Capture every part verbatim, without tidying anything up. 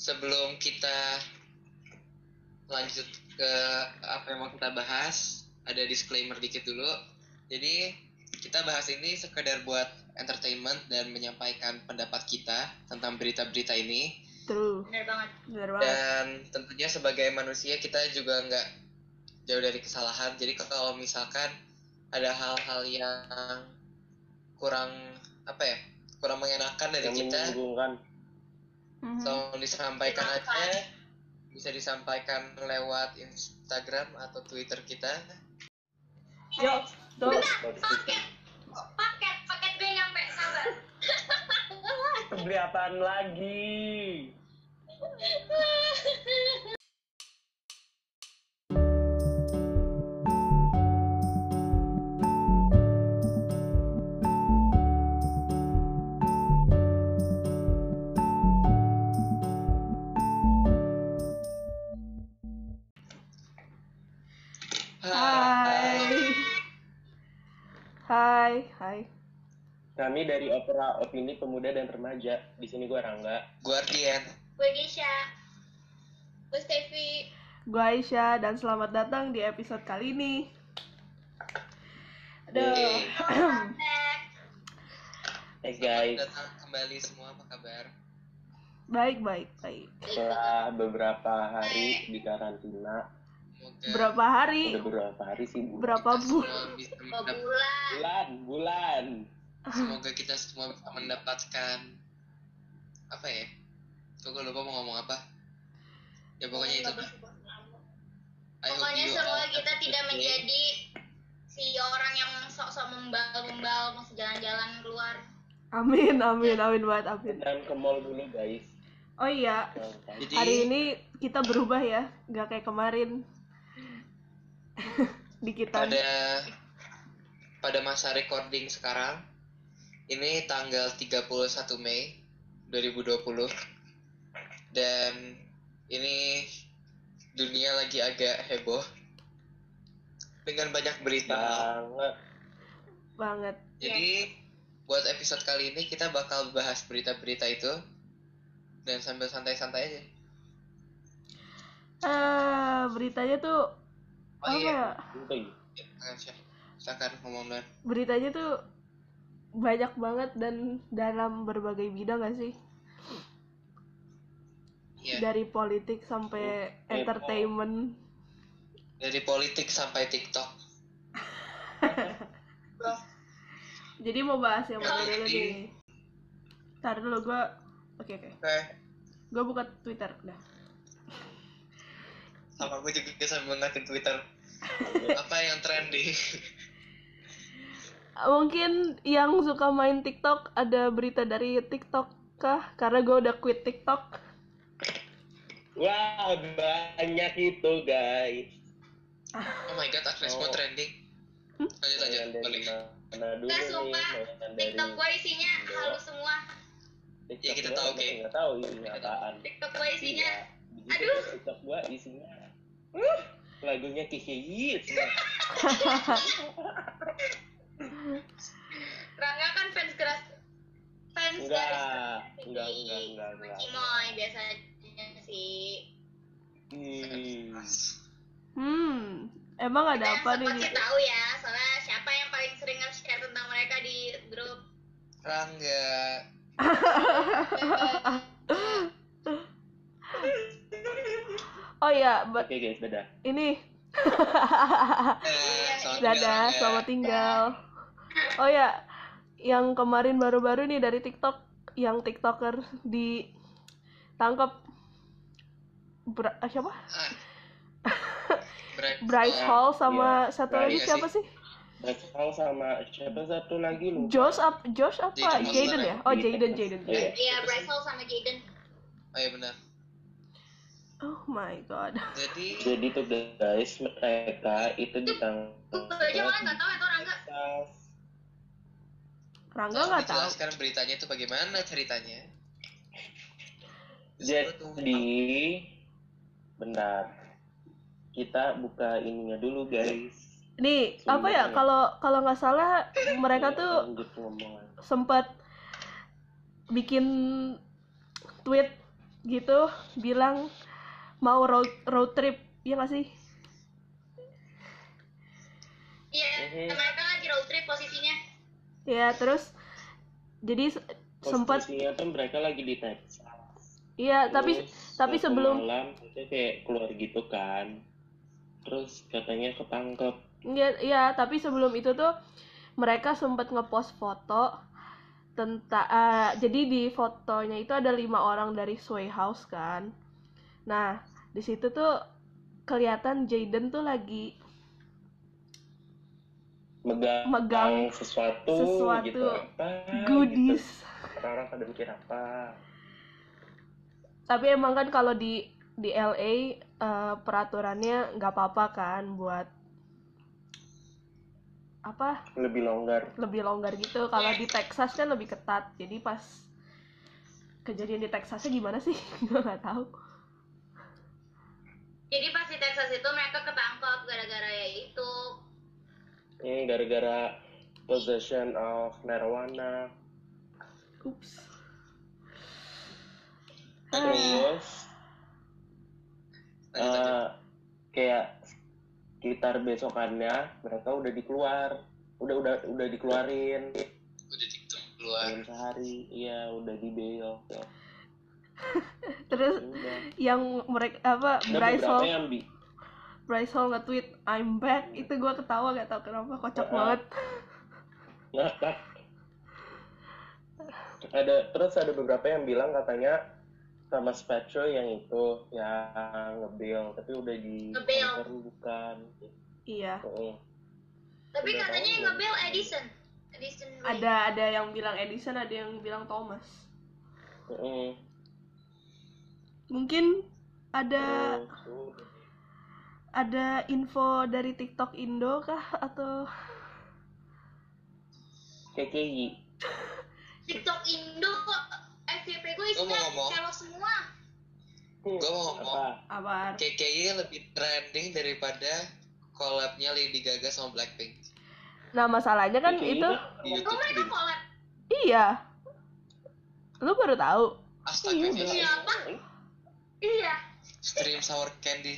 sebelum kita lanjut ke apa yang mau kita bahas, ada disclaimer dikit dulu. Jadi kita bahas ini sekedar buat entertainment dan menyampaikan pendapat kita tentang berita-berita ini. True. Benar banget. Benar banget. Dan tentunya sebagai manusia kita juga nggak jauh dari kesalahan. Jadi kalau misalkan ada hal-hal yang kurang apa ya, kurang mengenakan dari yang kita, menyinggung. Mhm. tolong disampaikan aja. Bisa disampaikan lewat Instagram atau Twitter kita. Yuk, tuh. Paket, paket, paket gue nyampe, sabar. Beli apaan lagi? Hai. Hai, hai. Kami dari Opera Opini Pemuda dan Remaja. Di sini gue Rangga. Guardian. Gue Gisha. Gue Stevi. Gue Aisyah dan selamat datang di episode kali ini. Aduh. Yeay. Hey guys, Datang kembali semua, apa kabar? Baik, baik, baik. setelah beberapa hari di karantina, Semoga Berapa hari? udah beberapa hari sih, Bu. Berapa kita bulan? semua bisa Dua mendap- bulan. Bulan, bulan. semoga kita semua bisa mendapatkan apa ya? Tuh gue lupa mau ngomong apa. Ya pokoknya itu. I hope Pokoknya you semoga all kita have a tidak good day. menjadi si orang yang sok-sok membal-membal masih jalan-jalan keluar. Amin, amin, amin banget, amin. Dan ke mall dulu guys. Oh iya, Jadi hari ini kita berubah ya, nggak kayak kemarin. Dikitan. pada pada masa recording sekarang ini tanggal tiga puluh satu Mei dua ribu dua puluh dan ini dunia lagi agak heboh dengan banyak berita. Banget. Banget. Jadi buat episode kali ini kita bakal bahas berita-berita itu dan sambil santai-santai aja. Ah, beritanya tuh Oh apa iya. ya? Udah. Ya, tangan Chef. Silakan ngomong duluan. Beritanya tuh banyak banget dan dalam berbagai bidang gak sih? Iya. Dari politik sampai Oh, entertainment. Dari politik sampai TikTok. Jadi mau bahas yang mana dulu Jadi- nih? Ntar dulu gue. Oke oke. Oke. Gue buka Twitter udah. Sama gue juga sambil ngeliatin Twitter. Apa yang trending? Mungkin yang suka main TikTok ada berita dari TikTok kah? Karena gue udah quit TikTok. Wah, banyak itu guys. Oh my god, Agnesmo Oh. trending. Lanjut lanjut, Yang dari balik. mana dulu Nggak, nih? sumpah. Yang dari TikTok gue isinya Indo. halus semua. TikTok Ya, kita gua tahu, masih Kay. nggak tahu isinya apaan. TikTok gue isinya. Iya. Di situ Aduh. TikTok gua isinya. Uh, lagunya Kikiyit. Rangga kan fans keras. Fans Enggak, garis enggak, enggak, enggak, enggak. Cimoy biasanya sih. Hmm. Hmm, emang ada Kita apa nih? sempat sih tahu ya, soalnya siapa yang paling sering nge-share tentang mereka di grup. Rangga. Oh iya, but Oke guys, dadah. ini Eh, selamat tinggal, dadah, Rangga. selamat tinggal. Oh ya, yang kemarin baru-baru nih dari TikTok, yang TikToker ditangkap Bra- ah, siapa? Ah. Bright Bryce Hall. Hall sama Iya, satu Bryce lagi siapa sih. sih? Dasal sama siapa satu lagi lu? Josh up, Josh apa? Jaden Jaden ya? Oh Jaden, Jaden. Iya. Iya, Bryce Hall sama Jaden. Oh iya benar. Oh my god. Jadi Jadi tuh guys, mereka itu ditangkap. Gue aja malah nggak tahu itu Rangga. Rangga tolong nggak tahu. dijelaskan beritanya itu bagaimana ceritanya. Jadi, bentar. Kita buka ininya dulu guys. Nih apa ya? Sumbernya. Kalau kalau nggak salah mereka tuh Lanjut ngomongan. sempat bikin tweet gitu bilang mau road road trip, ya nggak sih? Iya, Mhm. mereka lagi road trip posisinya. Ya terus jadi s- sempat Posisinya tuh mereka lagi di Texas. iya tapi Terus tapi suatu sebelum malam maksudnya kayak keluar gitu kan. Terus katanya ketangkep. iya iya tapi sebelum itu tuh mereka sempat ngepost foto tentang jadi di fotonya itu ada lima orang dari Sway House kan. Nah di situ tuh kelihatan Jaden tuh lagi Megang, megang sesuatu, sesuatu gitu apa goodies. gitu. Orang-orang pada mikir apa. Tapi emang kan kalau di di L A eh, peraturannya nggak apa-apa kan buat apa Lebih longgar. lebih longgar gitu. Kalau di Texas kan lebih ketat. Jadi pas kejadian di Texasnya gimana sih? Gue nggak tahu. Jadi pas di Texas itu mereka ketangkep gara-gara ya itu. Hmm, gara-gara possession of marijuana. Ups. Ah, Terus Lanjut, lanjut. eh, kayak sekitar besokannya mereka udah dikeluar, udah udah udah dikeluarin Udah TikTok keluar. dalam sehari, iya udah di bail. terus Udah. yang mereka apa Ada Bryce beberapa Hall yang bi, Bryce Hall nge-tweet I'm back, itu gue ketawa gak tau kenapa, kocak Uh-uh. banget. ngakak. Ada terus ada beberapa yang bilang katanya sama Spatro yang itu yang ngebail, tapi udah di Ngebail. counter bukan. Iya. Heeh. Tapi Udah katanya tahu yang belum? ngebel Edison. Edison Ray. Ada ada yang bilang Edison, ada yang bilang Thomas. Heeh. Mungkin ada Terus udah. ada info dari TikTok Indo kah atau K K I. TikTok Indo F Y P gue isinya Gua mau ngomong. cewek semua. Gua mau ngomong. Apa? apa? K K I lebih trending daripada collabnya Lady Gaga sama Blackpink Nah masalahnya kan K K I itu di Oh YouTube. mereka collab. iya. Lu baru tahu? Astaga, Iya, Vivi. Iya apa? Iya. Stream Sour Candy.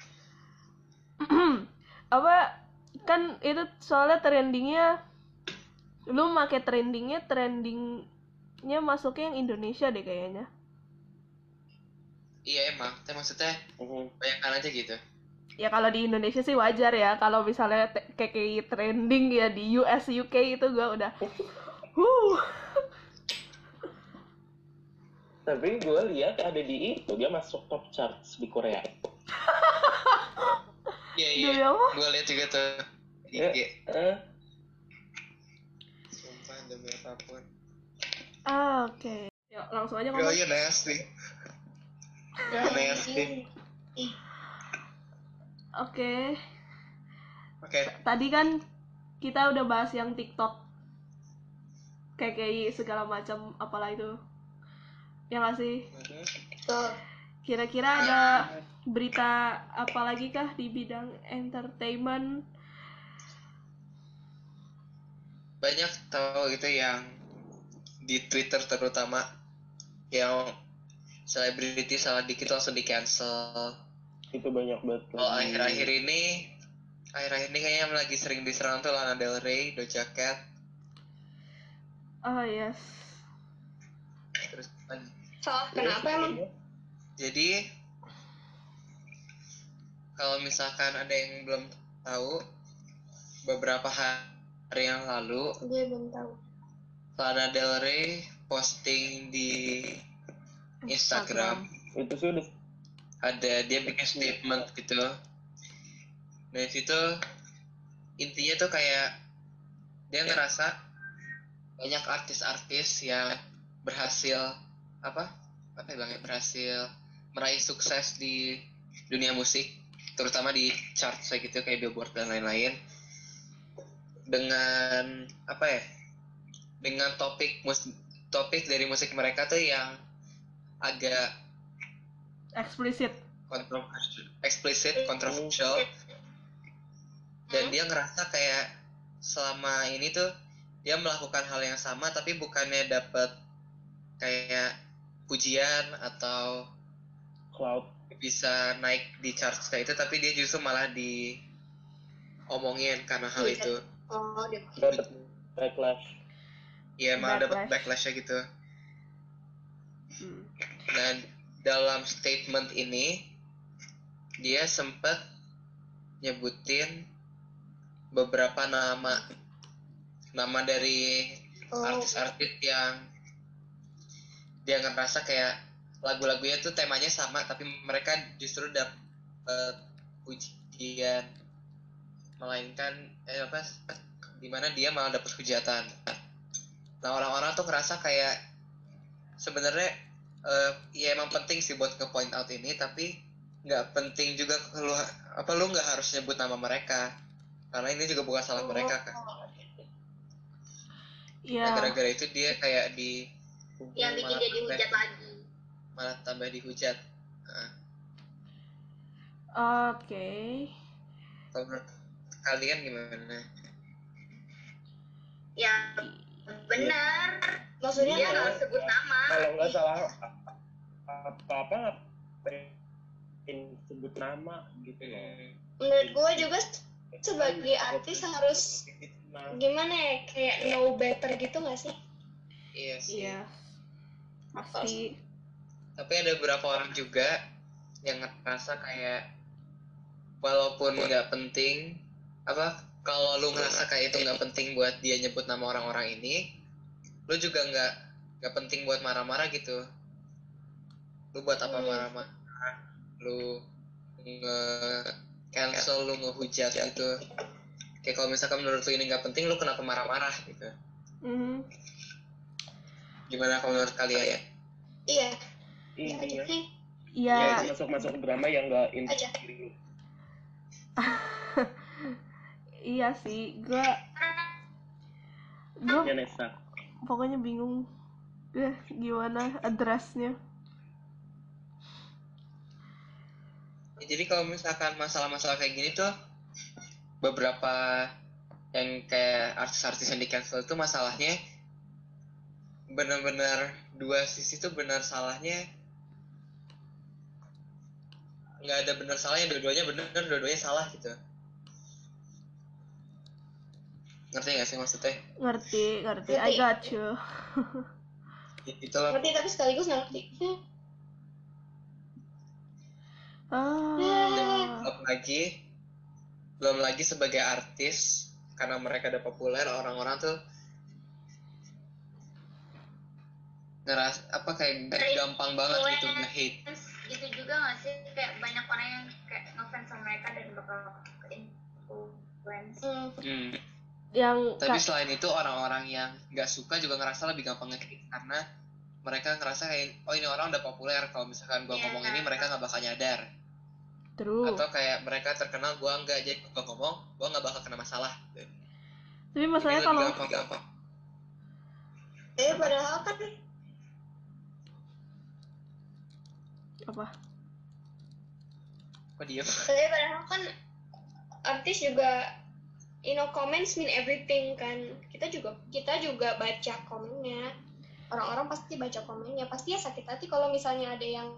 Apa kan itu soalnya trendingnya, lu make trendingnya trendingnya masuknya yang Indonesia deh kayaknya. Iya emang, tapi maksudnya Heeh. bayangkan aja gitu. Ya kalau di Indonesia sih wajar ya, kalau misalnya te- K K I trending ya di U S U K itu gue udah huh. Tapi gue lihat ada di itu, dia masuk top charts di Korea. Iya iya. Demi apa? Gue lihat juga tuh. I G. Eh, Sumpah demi apapun. Ah oke. Yuk langsung aja Yo ngomong. iya nasty. Ya nasty. Oke. Oke. Tadi kan kita udah bahas yang TikTok K K I segala macam apalah itu. Ya nggak sih? Mhm. Tuh. Kira-kira ada berita apa lagi kah di bidang entertainment? Banyak tahu gitu yang di Twitter terutama yang selebriti salah dikit langsung di cancel. itu banyak banget. Kalau lagi. akhir-akhir ini, akhir-akhir ini kayaknya yang lagi sering diserang tuh Lana Del Rey, Doja Cat, Oh yes. terus apa nih? So, kenapa emang? Jadi kalau misalkan ada yang belum tahu, beberapa hari yang lalu Gue belum tahu. Lana Del Rey posting di Instagram, Itu sih udah ada dia bikin statement gitu. Dari situ intinya tuh kayak dia ngerasa banyak artis-artis yang berhasil apa apa ya bilangnya, berhasil meraih sukses di dunia musik, terutama di chart kayak gitu kayak Billboard dan lain-lain, dengan apa ya dengan topik mus topik dari musik mereka tuh yang agak Eksplisit. kontroversial, eksplisit, kontroversial, dan dia ngerasa kayak selama ini tuh dia melakukan hal yang sama tapi bukannya dapat kayak pujian atau cloud. bisa naik di charts-nya itu, tapi dia justru malah diomongin karena hal Iya. itu. Oh, dia Dapat backlash. Ya malah dapat Backlash. backlash-nya gitu. Hmm. Dan dalam statement ini dia sempat nyebutin beberapa nama nama dari Oh. artis-artis yang dia ngerasa kayak lagu-lagunya tuh temanya sama tapi mereka justru dapat pujian, melainkan eh apa dimana dia malah dapat hujatan. Nah orang-orang tuh ngerasa kayak sebenarnya eh, ya emang penting sih buat ke point out ini, tapi nggak penting juga lu apa lu nggak harus nyebut nama mereka karena ini juga bukan salah mereka kan. Iya. Nah, gara-gara itu dia kayak di yang bikin malah dia tambah- dihujat lagi. malah tambah dihujat. Nah, Oke. kalau menurut kalian gimana? Ya benar. Maksudnya dia Iya. nggak sebut nama. Kalau nggak salah apa-apa ngapain sebut nama gitu loh. Menurut gue juga sebagai artis harus gimana ya, kayak know better gitu nggak sih? Iya sih. Iya. Pasti. Tapi ada beberapa orang juga yang ngerasa kayak walaupun nggak penting apa kalau lu ngerasa kayak itu nggak penting buat dia nyebut nama orang-orang ini, lu juga nggak nggak penting buat marah-marah gitu. Lu buat apa Hmm. marah-marah? Lu nge cancel, lu ngehujat gitu. Kayak kalau misalkan menurut lu ini nggak penting, lu kenapa marah-marah gitu? Mhm. Gimana kalau menurut kalian ya? Iya. Intinya Iya. ya masuk-masuk drama yang nggak inti. Aja. Iya sih. Gua gua Ya Nesa. pokoknya bingung deh gimana addressnya. Ya, jadi kalau misalkan masalah-masalah kayak gini tuh beberapa yang kayak artis-artis yang di cancel itu masalahnya benar-benar dua sisi tuh benar salahnya nggak ada benar salahnya, dua-duanya benar, dua-duanya salah gitu. Ngerti nggak sih maksudnya? Ngerti, ngerti. I Ngerti. got you. Itu loh. Ngerti tapi sekaligus nggak ngerti. Ah. Belum lagi belum lagi sebagai artis karena mereka udah populer, orang-orang tuh ngeras apa kayak gampang banget gitu nge-hate. Gitu juga nggak sih, kayak banyak orang yang kayak ngefans sama mereka dan bakal ke influence. Hmm. Yang Tapi ka- selain itu orang-orang yang nggak suka juga ngerasa lebih gampang nge-hate karena mereka ngerasa kayak oh ini orang udah populer, kalau misalkan gua Iya. ngomong ini mereka nggak bakal nyadar. true. Atau kayak mereka terkenal gua enggak, jadi gua ngomong gua nggak bakal kena masalah. Tapi masalahnya kalau gampang-gampang. Tapi padahal kan apa? Kok diem? tapi padahal kan artis juga, you know, comments mean everything kan. Kita juga kita juga baca komennya. Orang-orang pasti baca komennya, pasti ya sakit hati kalau misalnya ada yang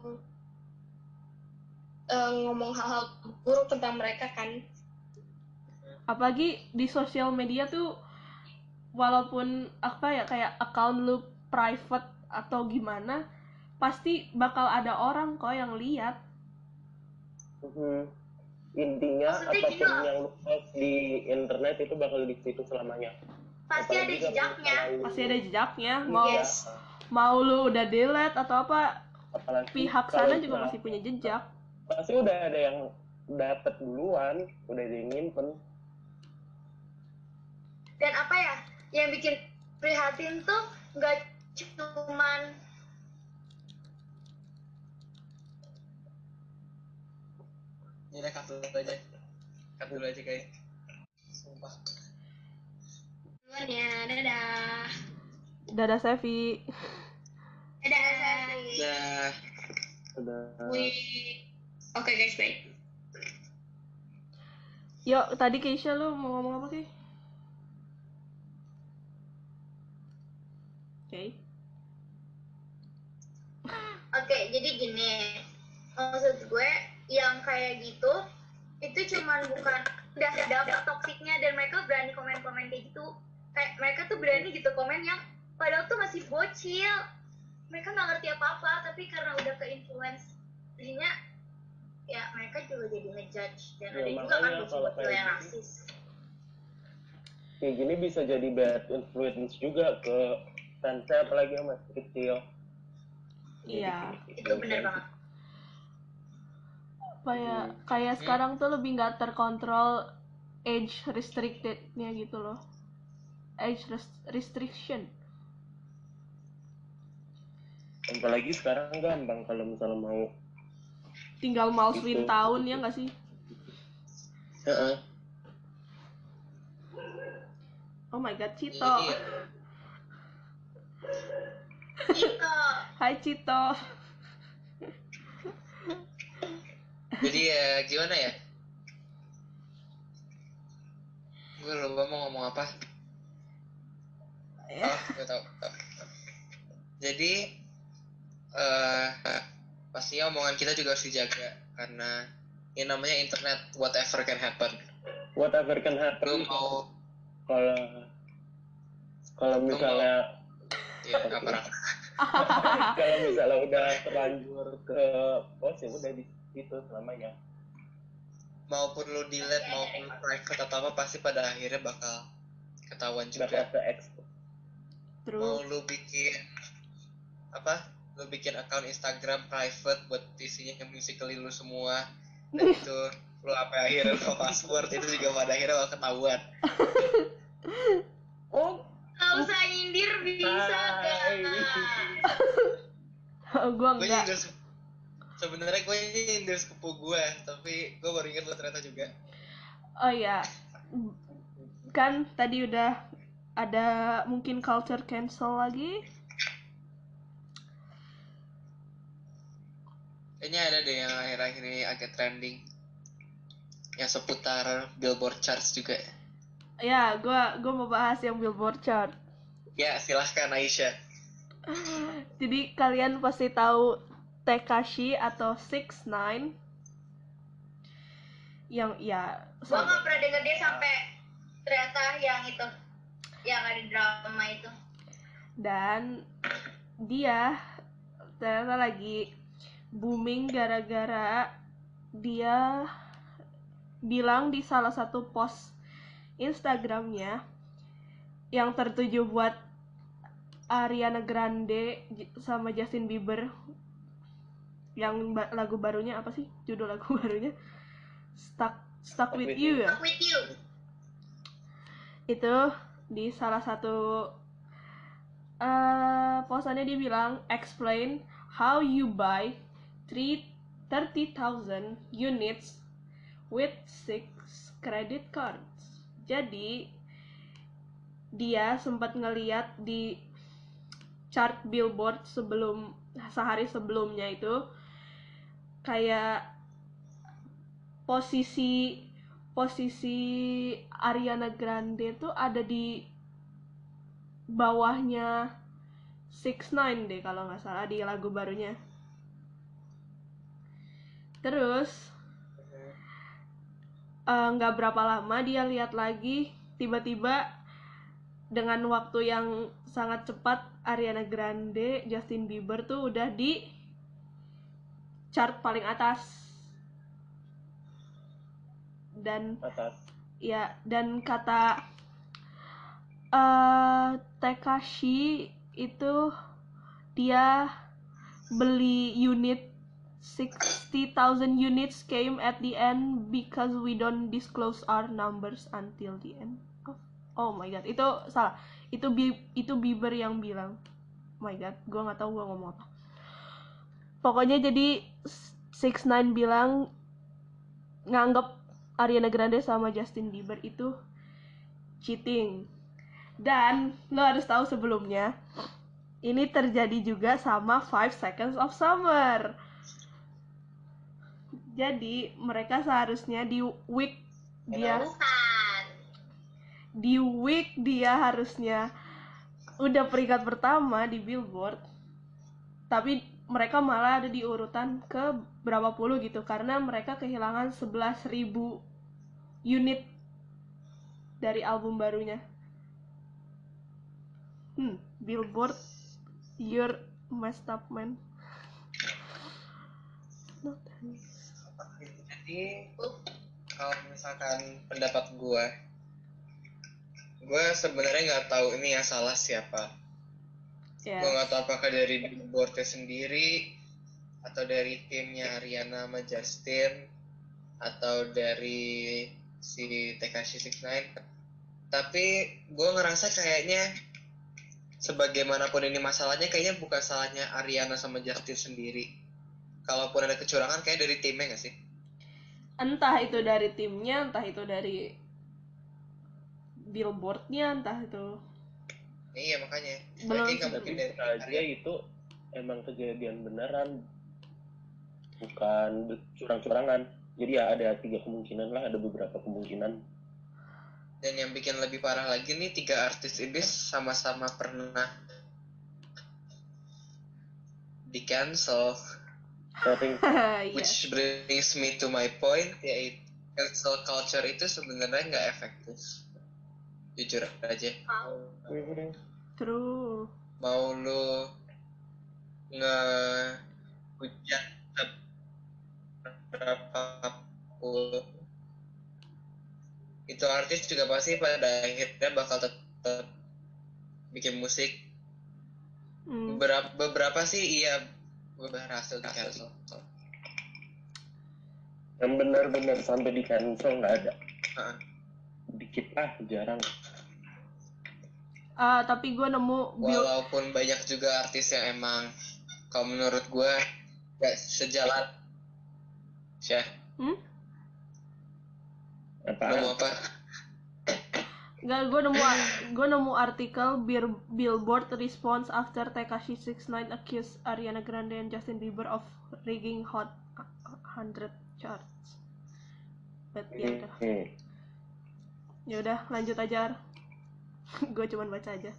eh, ngomong hal-hal buruk tentang mereka kan. Apalagi di sosial media tuh walaupun apa ya kayak account lu private atau gimana pasti bakal ada orang kok yang lihat. Mhm. Intinya Maksudnya apapun gini loh. yang lu post di internet itu bakal di situ selamanya. Pasti ada Apalagi kalau jejaknya. misalnya lu- Pasti ada jejaknya. Mau Iya. Yes. mau lu udah delete atau apa, Apalagi pihak kalau sana juga nah, masih punya jejak. pasti udah ada yang dapet duluan, udah ada yang nyimpen. Dan apa ya yang bikin prihatin tuh nggak cuman Ya udah cut dulu aja. Cut dulu aja kayak. Sumpah. duluan ya. Dadah. Dadah Sevi. Dadah. Ya. Udah. We- Oke guys, baik. Yuk, tadi Keisha lu mau ngomong apa sih? Oke. Oke, jadi gini. maksud gue yang kayak gitu itu cuman bukan udah dapet toksiknya dan mereka berani komen-komen kayak gitu. Kayak mereka tuh berani gitu komen yang padahal tuh masih bocil, mereka nggak ngerti apa-apa, tapi karena udah ke influence jadinya ya mereka juga jadi ngejudge. Dan Ya, ada juga kan makanya kalau bocil-bocil kayak yang gini- rasis. Kayak gini bisa jadi bad influence juga ke fansnya, apalagi yang masih kecil. Iya. Itu benar banget. Kayak kayak sekarang tuh lebih nggak terkontrol age restricted-nya gitu loh. Age rest- restriction. Apalagi sekarang gampang kalau misalnya mau. Tinggal mouse Gitu. win tahun ya nggak sih? Heeh. Oh my god, Cito. Iya. Gitu. Hai Cito. Jadi ya gimana ya? Gue lupa mau ngomong apa. Ya. Oh, gue tau. tau. Jadi eh pastinya omongan kita juga harus dijaga karena yang namanya internet whatever can happen. Whatever can Lu happen. mau Kalau kalau Lu misalnya ya apa Rak? kalau misalnya udah terlanjur ke post ya udah di situ selamanya. Maupun lu delete maupun lu private atau apa pasti pada akhirnya bakal ketahuan Bakal juga. ke expose. Mau True. lu bikin apa? Lu bikin account Instagram private buat isinya yang musically lu semua dan itu lu apa akhirnya lu password itu juga pada akhirnya bakal ketahuan. Oh, Gak usah nyindir bisa Hai. gak? Gua Gue enggak. nyindir se- sebenarnya gue nyindir sepupu gue tapi gue baru ingat lu ternyata juga. Oh ya. Kan tadi udah ada mungkin culture cancel lagi. Kayaknya ada deh yang akhir-akhir ini agak trending yang seputar Billboard charts juga. Ya, gua gua mau bahas yang Billboard chart. Ya silahkan Aisyah. Jadi kalian pasti tahu Tekashi atau six nine yang ya Gue gak pernah denger dia sampai ternyata yang itu, yang ada drama itu. dan dia ternyata lagi booming gara-gara dia bilang di salah satu post Instagramnya yang tertuju buat Ariana Grande J- sama Justin Bieber yang ba- lagu barunya apa sih judul lagu barunya Stuck Stuck with You ya. Talk with you. Itu di salah satu eh posannya dia bilang explain how you buy three thirty thousand units with six credit cards. Jadi dia sempat ngeliat di chart Billboard sebelum sehari sebelumnya itu kayak posisi posisi Ariana Grande tuh ada di bawahnya six nine deh kalau nggak salah di lagu barunya. Terus eh, nggak berapa lama dia lihat lagi tiba-tiba dengan waktu yang sangat cepat Ariana Grande, Justin Bieber tuh udah di chart paling atas. Dan atas. ya dan kata eh Tekashi itu dia beli unit sixty thousand units came at the end because we don't disclose our numbers until the end. Oh, oh my god, itu salah. Itu Bi- itu Bieber yang bilang. Oh my god, gua nggak tahu gua ngomong apa. Pokoknya jadi six nine bilang nganggep Ariana Grande sama Justin Bieber itu cheating. Dan lo harus tahu sebelumnya ini terjadi juga sama Five Seconds of Summer. Jadi mereka seharusnya di week dia Bukan. di week dia harusnya udah peringkat pertama di Billboard. Tapi mereka malah ada di urutan ke berapa puluh gitu karena mereka kehilangan sebelas ribu unit dari album barunya. Hmm, Billboard, you're messed up man. Jadi kalau misalkan pendapat gue, gue sebenarnya nggak tahu ini yang salah siapa. Yes. Gue nggak tahu apakah dari Billboardnya sendiri atau dari timnya Ariana sama Justin atau dari si Tekashi six nine. Tapi gue ngerasa kayaknya sebagaimanapun ini masalahnya kayaknya bukan salahnya Ariana sama Justin sendiri. Kalaupun ada kecurangan kayak dari timnya nggak sih? Entah itu dari timnya, entah itu dari Billboardnya, entah itu. Iya makanya. Belum Kayaknya nggak sih. mungkin Tapi dari bisa aja itu emang kejadian beneran, bukan curang-curangan. Jadi ya ada tiga kemungkinan lah, ada beberapa kemungkinan. Dan yang bikin lebih parah lagi nih, tiga artis ini sama-sama pernah di cancel. Sering Iya. Which brings me to my point, yaitu cancel culture itu sebenarnya nggak efektif. Jujur aja. True. Mau lu nge-hujat berapapun, itu artis juga pasti pada akhirnya bakal tetap bikin musik. Hmm. Beberapa, beberapa sih iya berhasil di cancel. yang benar-benar sampai di cancel nggak ada. Heeh. Dikit lah, jarang. Ah, tapi gue nemu Bill. Walaupun banyak juga artis yang emang kalau menurut gue gak sejalan. Syah, Hmm? Apaan? ngomong apa? Nggak, gue nemu gue nemu artikel Bir- Billboard response after Tekashi six nine accused Ariana Grande and Justin Bieber of rigging Hot one hundred charts. But ya udah, Hmm. ya udah lanjut aja. Gue cuman baca aja.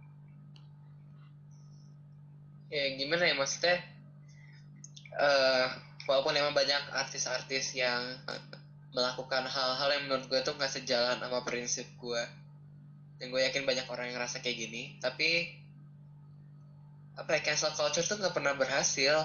Ya gimana ya maksudnya? eh walaupun emang banyak artis-artis yang melakukan hal-hal yang menurut gue tuh nggak sejalan sama prinsip gue, dan gue yakin banyak orang yang ngerasa kayak gini, tapi apa ya, cancel culture tuh nggak pernah berhasil.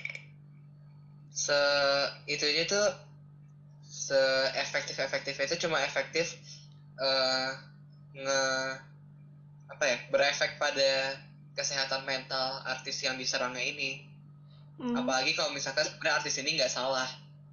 Se itunya tuh se efektif efektifnya itu cuma efektif eh nge apa ya berefek pada kesehatan mental artis yang diserangnya ini. Hmm. Apalagi kalau misalkan sebenarnya artis ini nggak salah.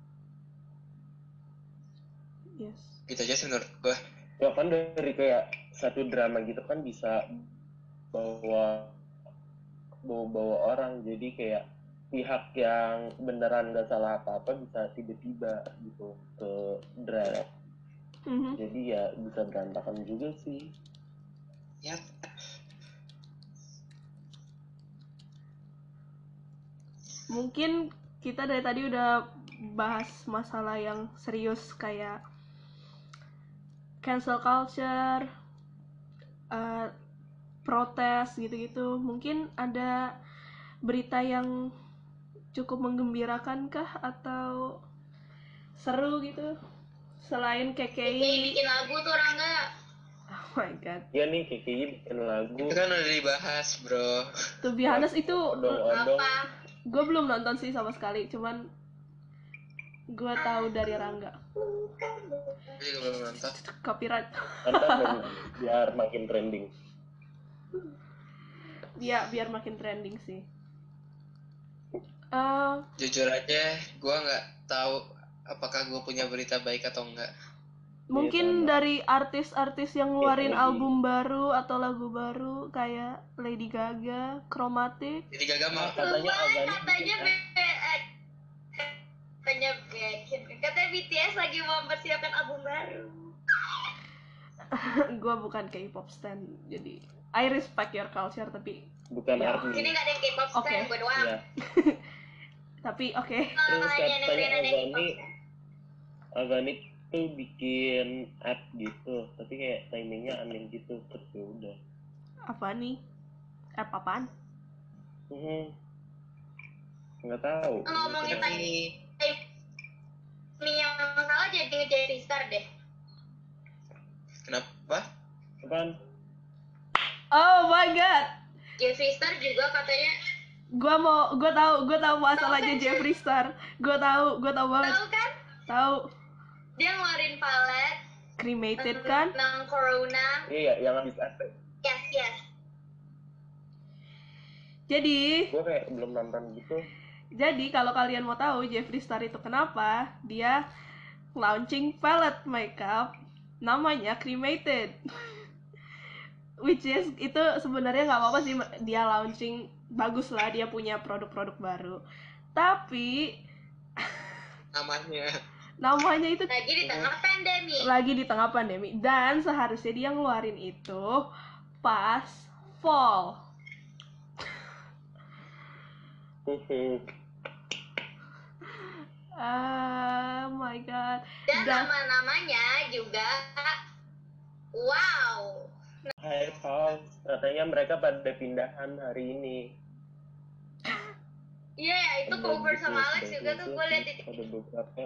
Yes. Gitu aja sih menurut gue. Ya kan dari kayak satu drama gitu kan bisa bawa bawa bawa orang, jadi kayak pihak yang beneran nggak salah apa-apa bisa tiba-tiba gitu ke drag. Mhm. Jadi ya bisa berantakan juga sih. Ya. Mungkin kita dari tadi udah bahas masalah yang serius kayak cancel culture, uh, protes gitu-gitu. Mungkin ada berita yang cukup menggembirakan kah atau seru gitu selain Kayak K K I? bikin lagu tuh Rangga. Oh my god. Ya nih K K I bikin lagu. Itu kan udah dibahas, bro. To be honest itu Odong-odong. Apa? gue belum nonton sih sama sekali, cuman gue tahu dari Rangga. Gue juga belum nonton. Copyright. Nonton dong, biar makin trending. Ya biar makin trending sih. Eh, Jujur aja, gue nggak tahu apakah gue punya berita baik atau enggak. mungkin sama. dari artis-artis yang ngeluarin Iya, album baru atau lagu baru kayak Lady Gaga, Chromatic. Jadi Gaga mau Katanya Agani Katanya bikin B- eh, katanya bikin katanya B T S lagi mau mempersiapkan album baru. Gue bukan K-pop stan, jadi I respect your culture, tapi bukan Ya. army. Sini nggak ada yang K-pop Oke. stan, gue doang. Ya. tapi oke. Terus Makanya katanya dengerin ada yang Agani K-pop. Agani tuh bikin app gitu, tapi kayak timingnya aneh gitu, terus ya udah. Apa nih? App apaan? Hmm. Nggak tahu. Ngomongin Ini timing yang salah jadi nge-Jeffree Star deh. kenapa? Apaan? Oh my god. Jeffree Star juga katanya, Gua mau gua tahu, gua tahu masalahnya kan, Jeffree Star. Gua tahu, gua tahu banget. tahu kan? Tahu. Dia ngeluarin palet Cremated kan? tentang corona. Iya, yang habis efek. Yes, yes. Jadi, Gue kayak belum nonton gitu. jadi kalau kalian mau tahu Jeffree Star itu kenapa, dia launching palette makeup namanya Cremated. Which is itu sebenarnya nggak apa-apa sih dia launching, bagus lah dia punya produk-produk baru. Tapi Namanya namanya itu Lagi di tengah pandemi. lagi di tengah pandemi dan seharusnya dia ngeluarin itu pas fall. Oh my god. Dan Dan nama-namanya juga wow. Hype House. Katanya mereka pada pindahan hari ini. Iya, ya, itu Ada cover di sama close Alex by juga tuh, close gue liat di Ada beberapa.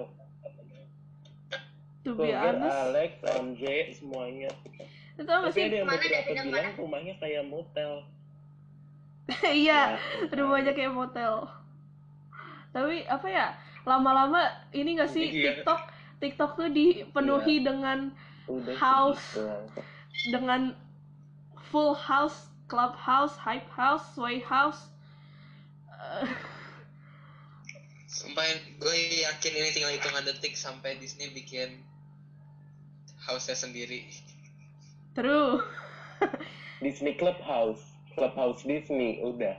to be Cover honest, Alex, Andre, semuanya. itu apa Tapi sih? ada yang Mana beberapa David yang bilang mana? rumahnya kayak motel. Iya, Ya, rumahnya kayak motel. Tapi apa ya? Lama-lama ini gak sih Iya. TikTok TikTok tuh dipenuhi dengan Udah house, segitu. dengan full house, club house, hype house, sway house. Eh, sumpah gue yakin ini tinggal hitungan detik sampai Disney bikin house-nya sendiri. True. Disney Clubhouse. Clubhouse Disney, udah.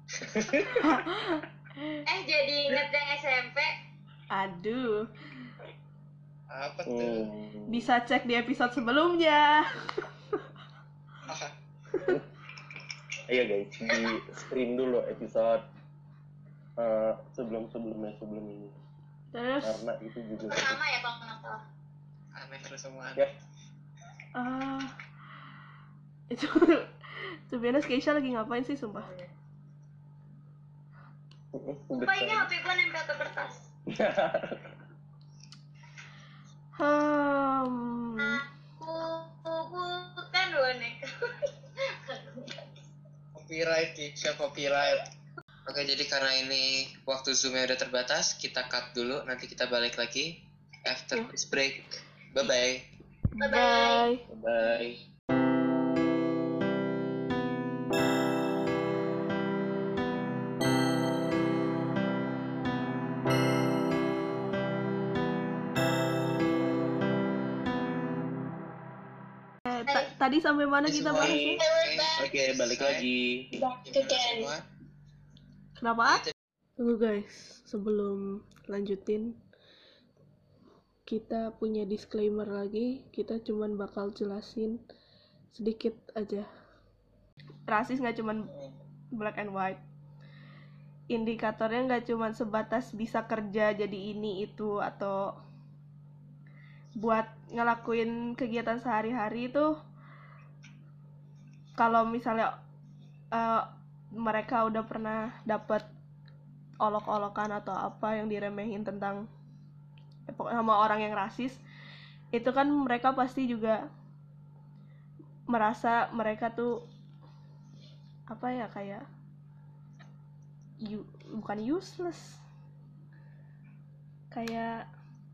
Eh, jadi inget yang S M P. Aduh, Apa tuh? Hmm. bisa cek di episode sebelumnya. Ayo guys, di screen dulu episode uh, sebelum-sebelumnya sebelum ini. Terus Karena itu juga Pertama ya kalau nggak salah. Aneh terus semua. ya. ah itu tuh biasa Keisha lagi ngapain sih sumpah? Sumpah ini H P gue nempel ke kertas. Hmm. Aku bukan boneka. Copyright, Kisha, copyright. Oke, jadi karena ini waktu Zoom-nya udah terbatas, kita cut dulu. Nanti kita balik lagi after this break. Bye-bye. Bye-bye. Bye. Bye. Eh, ta- tadi sampai mana kita Semua. bahasnya? Oke, balik lagi. Back to Gimana ten. semua? Kenapa? Tunggu guys, sebelum lanjutin kita punya disclaimer lagi. Kita cuman bakal jelasin sedikit aja. Rasis nggak cuman black and white. Indikatornya nggak cuman sebatas bisa kerja jadi ini itu atau buat ngelakuin kegiatan sehari-hari itu. Kalau misalnya uh, mereka udah pernah dapat olok-olokan atau apa yang diremehin tentang sama orang yang rasis, itu kan mereka pasti juga merasa mereka tuh apa ya, kayak you, bukan useless, kayak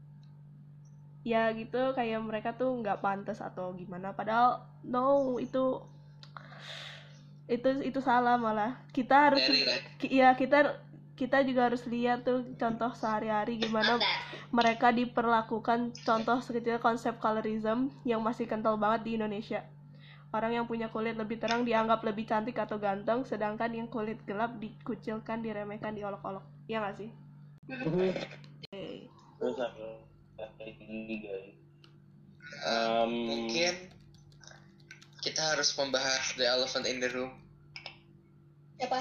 ya gitu, kayak mereka tuh nggak pantas atau gimana, padahal no, itu itu itu salah. Malah kita harus Dari, right? ki- ya kita kita juga harus lihat tuh contoh sehari-hari gimana mereka diperlakukan. Contoh sekecil konsep colorism yang masih kental banget di Indonesia. Orang yang punya kulit lebih terang dianggap lebih cantik atau ganteng, sedangkan yang kulit gelap dikucilkan, diremehkan, diolok-olok. Iya nggak sih? Okay. Terus apa lagi guys? Uh, Um, mungkin kita harus membahas the elephant in the room. Apa?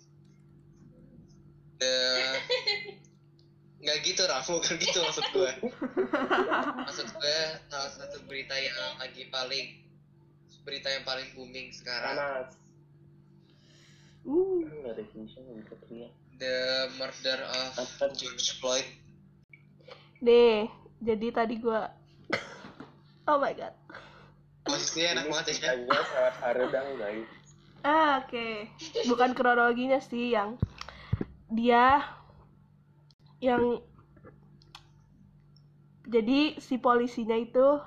The nggak gitu, Rafu, kan gitu maksud gue. Maksud gue salah satu berita yang lagi paling berita yang paling booming sekarang. panas. Uh. Nggak ada Keisha, nggak bisa teriak. the murder of Apa? George Floyd. Nih, jadi tadi gue oh my god. Posisinya enak Ini banget ya. ceritanya sangat haredang guys. Ah, oke. Bukan kronologinya sih yang dia yang jadi si polisinya itu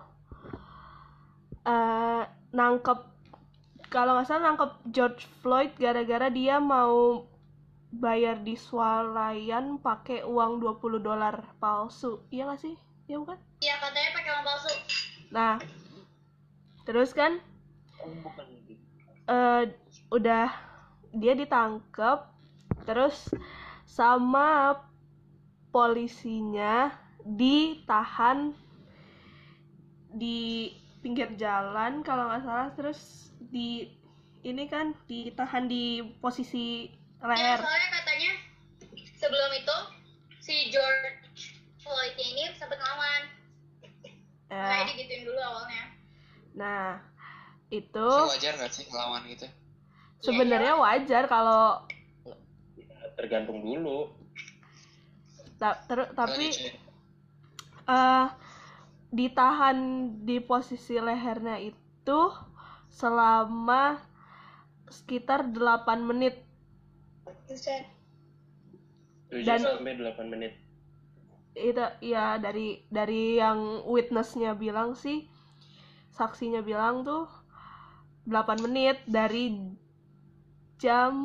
eh nangkep kalau nggak salah nangkep George Floyd gara-gara dia mau bayar di swalayan pakai uang dua puluh dolar palsu. Iya nggak sih? Iya bukan? Iya, katanya pakai uang palsu. Nah, terus kan Oh bukan gitu. eh udah dia ditangkep terus sama polisinya ditahan di pinggir jalan kalau nggak salah, terus di ini kan ditahan di posisi Ya, leher. soalnya katanya sebelum itu si George Floyd ini sempat ngelawan. Makanya Eh, digituin dulu awalnya. nah itu Itu wajar nggak sih ngelawan gitu? sebenarnya wajar kalau Ya, tergantung dulu. ta- ter- tapi Lanjut, cuy. eh ditahan di posisi lehernya itu selama sekitar delapan menit. Buset. tujuh Dan- sampai delapan menit. Itu ya dari dari yang witnessnya bilang sih, saksinya bilang tuh delapan menit dari jam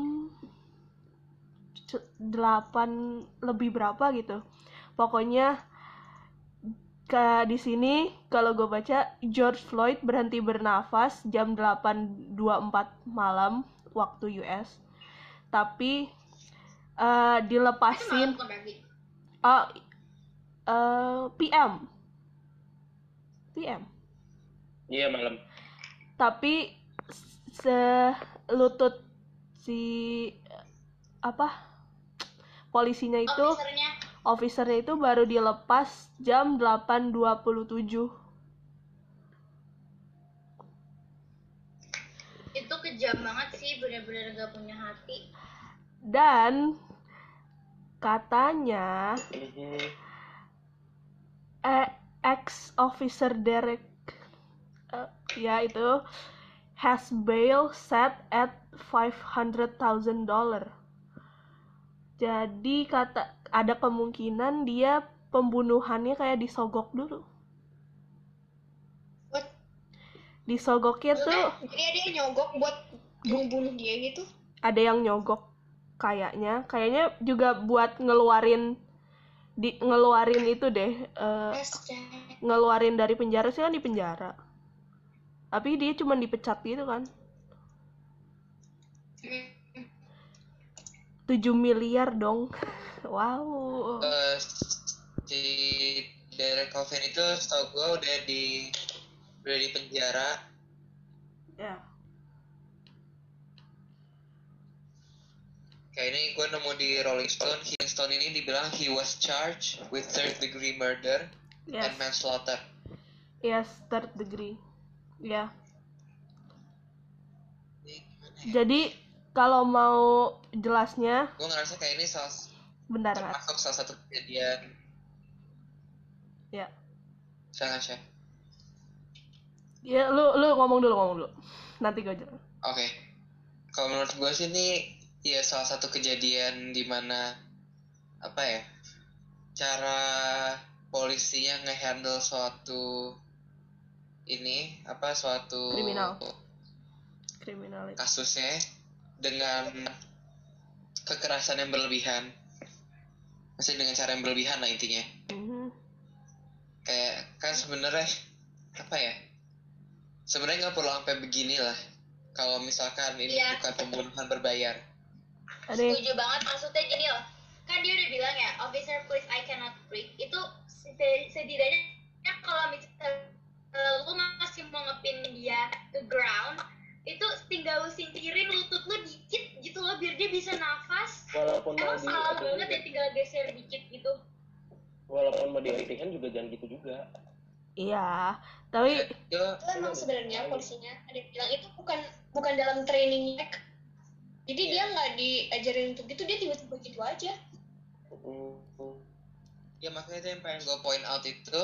c- delapan lebih berapa gitu. Pokoknya ke di sini kalau gue baca George Floyd berhenti bernafas jam delapan dua puluh empat malam waktu U S. Tapi eh, Itu dilepasin malam bukan pagi. oh eh, P M P M Iya malam. tapi selutut si apa polisinya itu Officernya officernya itu baru dilepas jam delapan dua puluh tujuh. itu kejam banget sih, benar-benar gak punya hati. Dan katanya Mhm. eh, ex officer Derek eh, ya itu has bail set at five hundred thousand dollar. Jadi kata ada kemungkinan dia pembunuhannya kayak disogok dulu. What? Disogoknya tuh Jadi dia nyogok buat bunuh-bunuh dia gitu. ada yang nyogok kayaknya. Kayaknya juga buat ngeluarin di ngeluarin itu deh eh, Hashtag. ngeluarin dari penjara sih kan di penjara. Tapi dia cuma dipecat gitu kan. tujuh miliar dong. Wow. Eh, si Derek Chauvin itu setahu gue udah di udah di penjara. Ya. Kayak ini gue nemu di Rolling Stone. Rolling Stone ini dibilang he was charged with third degree murder Yes. and manslaughter. Yes, third degree. Ya. Ini gimana ya? Jadi kalau mau jelasnya Gue ngerasa kayak ini salah bentar Mas. termasuk salah satu kejadian. Ya. Sangat chef. Ya lu lu ngomong dulu ngomong dulu. Nanti gue jelas. Oke. Kalau menurut gue sih ini ya salah satu kejadian di mana apa ya, cara polisinya ngehandle suatu ini apa suatu Kriminal. Kriminal itu. kasusnya dengan kekerasan yang berlebihan. Maksudnya dengan cara yang berlebihan lah intinya. Mhm. Kayak kan sebenarnya apa ya? Sebenarnya nggak perlu sampai begini lah. Kalau misalkan ini Iya. bukan pembunuhan berbayar. Ada Setuju banget, maksudnya gini loh, kan dia udah bilang ya, officer please I cannot breathe. Itu se- setidaknya kalau misalnya uh, lu masih mau ngepin dia ke ground, itu tinggal lu singkirin lutut lu dikit gitu loh biar dia bisa nafas. Walaupun mau Emang di salah apa banget juga, ya tinggal geser dikit gitu. walaupun mau dihentikan juga jangan gitu juga. iya, tapi Itu Itu emang sebenarnya polisinya ada yang bilang itu bukan bukan dalam trainingnya Jadi Iya. dia nggak diajarin untuk gitu, dia tiba-tiba gitu aja. Mm, Ya makanya itu yang pengen gue point out itu,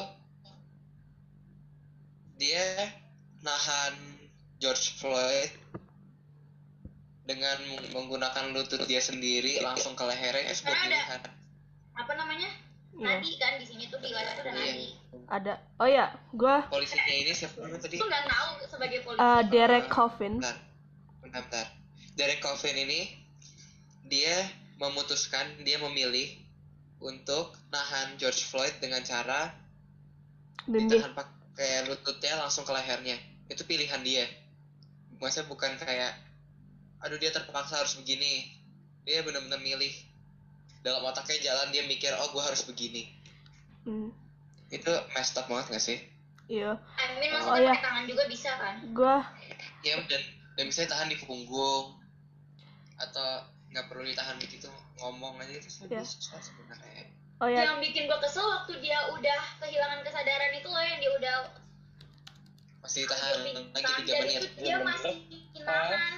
dia nahan George Floyd dengan menggunakan lutut dia sendiri langsung ke lehernya, itu sebuah Karena ada- pilihan. Apa namanya? Iya. Nadi kan di sini tuh di wajah tuh ada Iya. nadi. Ada. Oh ya, gue Polisinya ini siapa namanya tadi? Itu nggak tahu sebagai polisi. uh, Derek Chauvin. Bentar, bentar, bentar. Derek Chauvin ini dia memutuskan, dia memilih untuk nahan George Floyd dengan cara Dan dia, ditahan pakai lututnya langsung ke lehernya. Itu pilihan dia. Maksudnya bukan kayak, aduh dia terpaksa harus begini. Dia benar-benar milih. Dalam otaknya jalan, dia mikir, oh gue harus begini. hmm, Itu messed up banget gak sih? iya, I mean Oh, maksudnya iya. pakai tangan juga bisa kan? gue Ya dan, dan misalnya tahan di punggung. Atau nggak perlu ditahan begitu, ngomong aja itu Iya. bisa sebenarnya. oh ya, Yang bikin gue kesel waktu dia udah kehilangan kesadaran itu loh, yang dia udah Masih ditahan hampir lagi tiga pingsan, menit. itu dia masih nahan.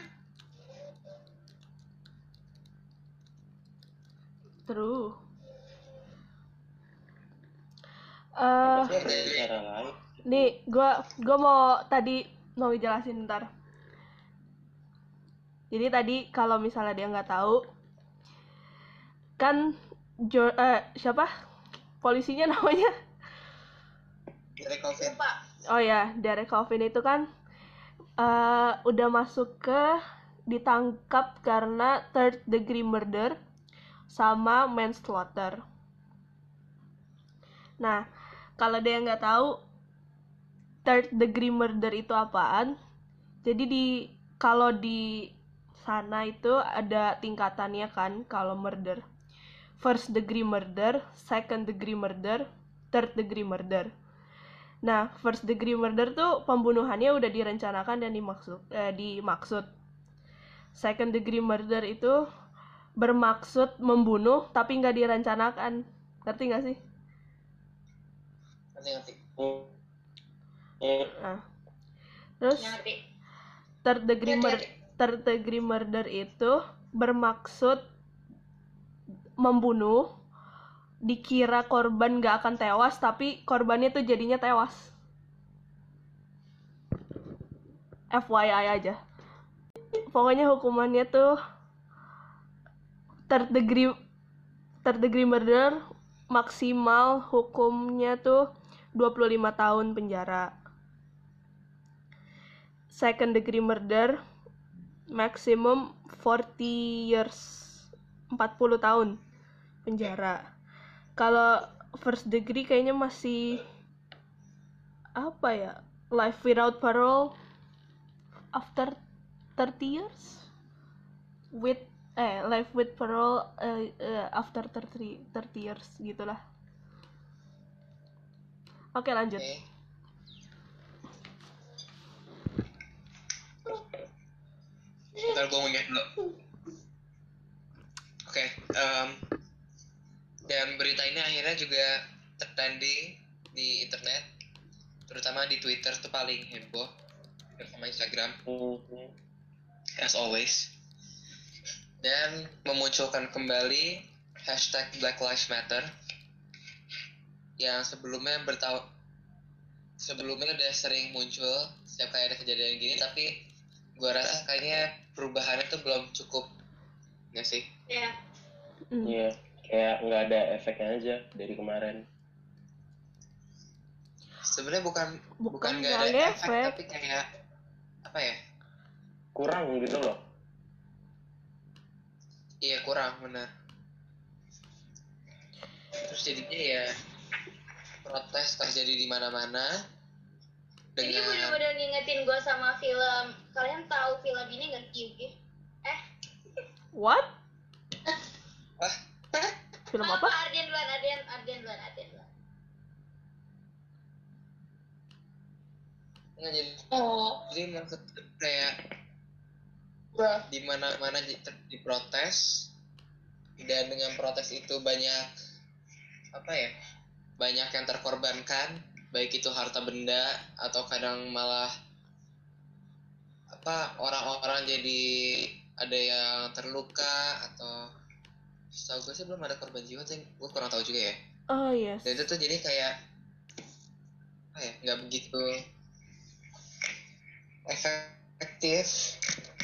true. Eh, pasti ada cara lain. nih, gue gue mau tadi mau jelasin ntar. Jadi tadi kalau misalnya dia nggak tahu, kan Jo- eh, siapa polisinya namanya? Derek Chauvin. Lupa. Oh ya, Derek Chauvin itu kan eh, udah masuk ke ditangkap karena third degree murder sama manslaughter. Nah, kalau dia nggak tahu third degree murder itu apaan, jadi di kalau di sana itu ada tingkatannya kan kalau murder. First degree murder, second degree murder, third degree murder. Nah, first degree murder tuh pembunuhannya udah direncanakan dan dimaksud eh, dimaksud. Second degree murder itu bermaksud membunuh tapi nggak direncanakan. Ngerti nggak sih? Nanti nanti. Mm, mm, Nah, terus Ngerti. third degree Ngerti, murder, third degree murder itu bermaksud membunuh, dikira korban gak akan tewas tapi korbannya tuh jadinya tewas. F Y I aja. Pokoknya hukumannya tuh third degree third degree murder maksimal hukumnya tuh dua puluh lima tahun penjara. Second degree murder maximum forty years, empat puluh tahun penjara. Kalau first degree kayaknya masih apa ya, life without parole after thirty years, with eh life with parole eh, eh, after thirty thirty years gitulah. Oke, lanjut. Oke. Bentar gue mau ingat dulu. Oke, em, dan berita ini akhirnya juga trending di internet, terutama di Twitter tuh paling heboh, sama Instagram, mm, mm. as always. Dan memunculkan kembali hashtag Black Lives Matter yang sebelumnya bertahun sebelumnya udah sering muncul setiap kali ada kejadian gini, tapi gue rasa kayaknya perubahannya tuh belum cukup, nggak sih? Ya. Hmm. Iya, kayak nggak ada efeknya aja dari kemarin. Sebenarnya bukan Bukan bukan nggak nggak ada ada efek, efek. tapi kayak apa ya? Kurang gitu loh. Iya kurang benar. Terus jadinya ya protes terjadi di mana-mana Ini dengan bener-bener ngingetin gue sama film. Kalian tahu film ini nggak Kyugi? Eh, What? Wah, Film apa? apa? Ardian duluan, Ardian, Ardian duluan, Ardian duluan. nggak jadi. Oh, Jadi maksud kayak bro. di mana-mana di- ter- diprotes, dan dengan protes itu banyak apa ya? Banyak yang terkorbankan, baik itu harta benda atau kadang malah apa orang-orang jadi ada yang terluka atau setahu gue sih belum ada korban jiwa, tuh gue kurang tahu juga ya. Oh yes. Dan itu tuh jadi kayak apa ya, nggak begitu efektif,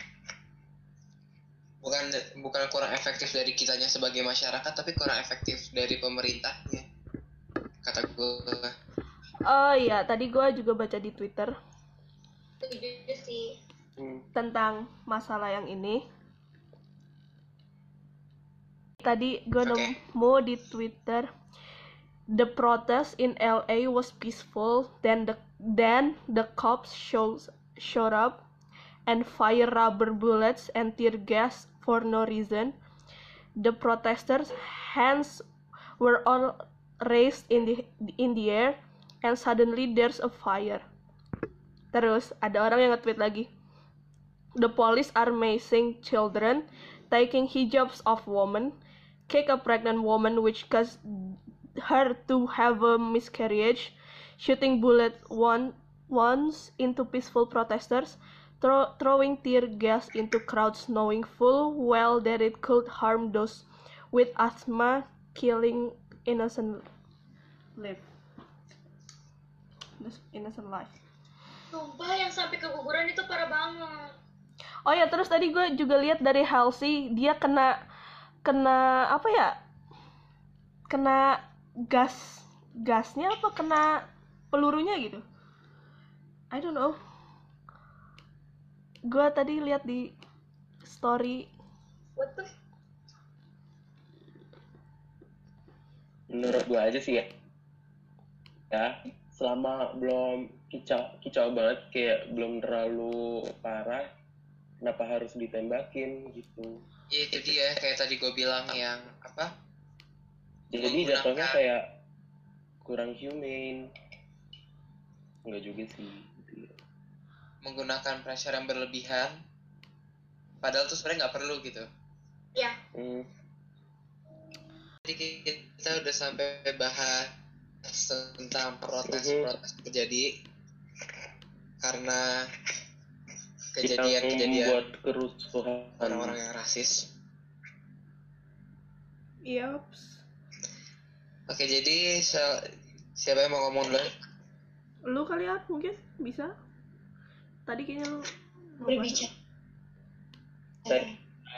bukan bukan kurang efektif dari kitanya sebagai masyarakat, tapi kurang efektif dari pemerintahnya, kata gue. Oh iya, tadi gue juga baca di Twitter Setuju sih. Hmm. tentang masalah yang ini. Tadi gue Oke. nemu di Twitter, the protest in L A was peaceful, then the then the cops shows showed up and fire rubber bullets and tear gas for no reason. The protesters' hands were all raised in the in the air, and suddenly there's a fire. Terus ada orang yang nge-tweet lagi, the police are macing children, taking hijabs of women, kick a pregnant woman which caused her to have a miscarriage, shooting bullet one once into peaceful protesters, throw, throwing tear gas into crowds knowing full well that it could harm those with asthma, killing innocent life. Innocent life. Sumpah yang sampai keguguran itu parah banget. Oh ya, terus tadi gue juga lihat dari Halsey, dia kena kena apa ya? Kena gas gasnya apa kena pelurunya gitu? I don't know. Gue tadi lihat di story. What the? Menurut gue aja sih ya, ya selama belum kicau kicau banget, kayak belum terlalu parah, kenapa harus ditembakin gitu? Ya itu dia, kayak tadi gue bilang yang apa, Jadi Menggunakan- jatuhnya kayak kurang humane. Enggak juga sih gitu ya. menggunakan pressure yang berlebihan, padahal tuh sebenarnya nggak perlu gitu. Ya, Hmm. Jadi kita udah sampai bahas tentang protes-protes terjadi karena Yang kejadian-kejadian membuat kerusuhan. orang-orang yang rasis. Yaps. Oke, jadi si- siapa yang mau ngomong dulu? Lu kali ya mungkin bisa. Tadi kayaknya lu Berbicara. Dari,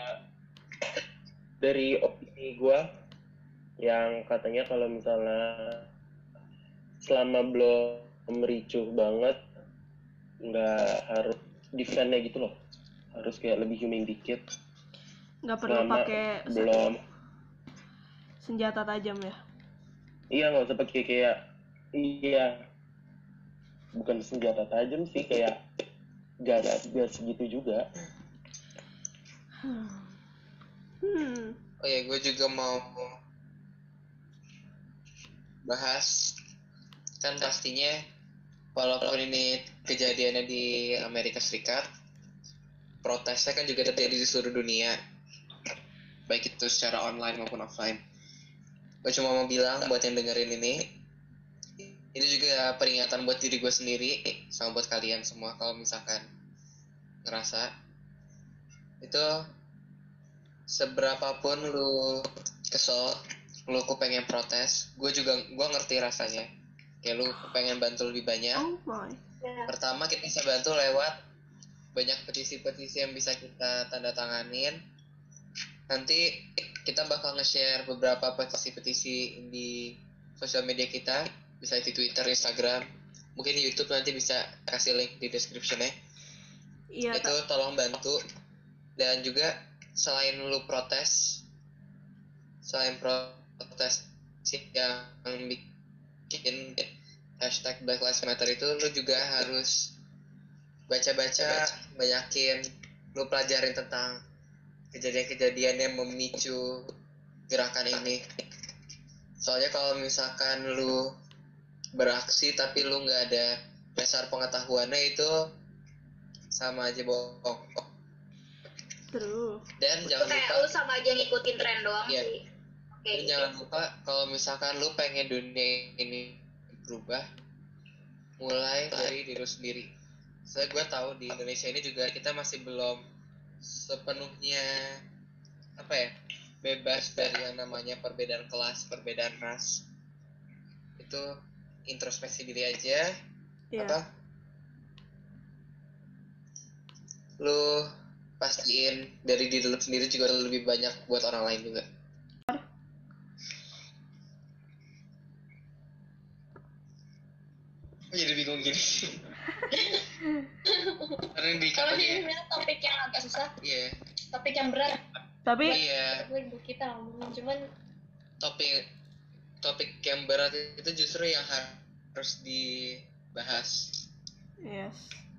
dari opini gue yang katanya kalau misalnya selama belum ricuh banget, nggak harus defend-nya gitu loh, harus kayak lebih humane dikit. nggak perlu Selama pakai belum, senjata tajam ya. iya nggak usah pakai kayak, iya bukan senjata tajam sih, kayak gas gas gitu juga. Hmm. Oh ya, gue juga mau bahas, kan pastinya walaupun ini kejadiannya di Amerika Serikat, protesnya kan juga terjadi di seluruh dunia, baik itu secara online maupun offline. Gue cuma mau bilang buat yang dengerin ini, ini juga peringatan buat diri gue sendiri sama buat kalian semua. Kalau misalkan ngerasa itu seberapapun lu kesel, lu kepengen protes, gue juga gue ngerti rasanya. Kayak lu pengen bantu lebih banyak. Oh my. Ya. Pertama kita bisa bantu lewat banyak petisi-petisi yang bisa kita tanda tanganin. Nanti kita bakal nge-share beberapa petisi-petisi di sosial media kita, bisa di Twitter, Instagram, mungkin di YouTube, nanti bisa kasih link di description-nya. Iya. Itu Ta- tolong bantu. Dan juga selain lu protes, selain protes yang bikin hashtag Black Lives Matter itu, lu juga harus baca-baca, banyakin, lu pelajarin tentang kejadian-kejadian yang memicu gerakan ini. Soalnya kalau misalkan lu beraksi tapi lu nggak ada dasar pengetahuannya, itu sama aja bohong. True. Dan jangan kayak lupa, lu sama aja ngikutin tren doang Iya. sih. Oke, dan gitu. jangan lupa kalau misalkan lu pengen dunia ini berubah, mulai dari diri lu sendiri. Soalnya gue tahu di Indonesia ini juga kita masih belum sepenuhnya apa ya bebas dari yang namanya perbedaan kelas, perbedaan ras. Itu introspeksi diri aja. Iya. Apa lu pastiin dari diri lu sendiri juga lebih banyak buat orang lain juga. Aku jadi bingung gini. Karena di Kalau katanya ini sebenarnya topik yang agak susah, iya topik yang berat. Tapi iya Buat kita ngomongin, cuman topik topik yang berat itu justru yang harus dibahas. yes.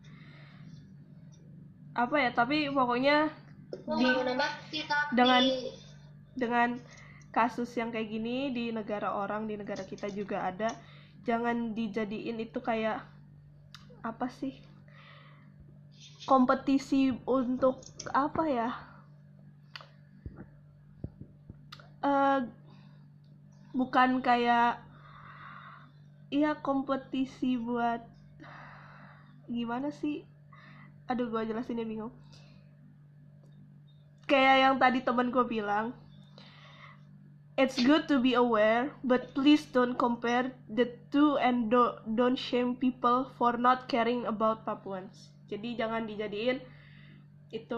Apa ya? Tapi pokoknya mau di nambah Kita dengan di- dengan kasus yang kayak gini di negara orang, di negara kita juga ada. Jangan dijadiin itu kayak apa sih? Kompetisi untuk apa ya? Eh bukan kayak iya kompetisi buat gimana sih? Aduh, gue jelasinnya bingung. Kayak yang tadi temen gue bilang, it's good to be aware, but please don't compare the two and do, don't shame people for not caring about Papuans. Jadi jangan dijadiin itu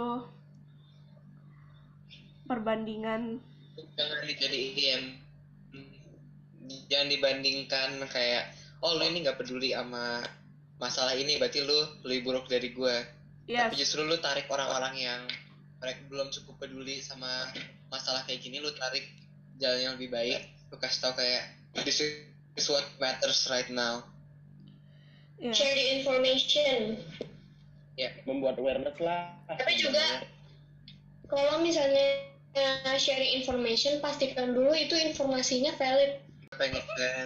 perbandingan. Jangan dijadiin, jangan dibandingkan kayak oh lu ini nggak peduli sama masalah ini berarti lu lebih buruk dari gue. Yes. Tapi justru lu tarik orang-orang yang mereka belum cukup peduli sama masalah kayak gini, lu tarik jalan yang lebih baik, lu kasih tau kayak this is what matters right now. Yeah. share the information. Ya Membuat awareness lah. Tapi juga kalau misalnya uh, sharing information, pastikan dulu itu informasinya valid. pengen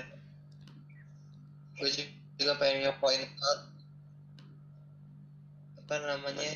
gue juga pengen nge-point out apa namanya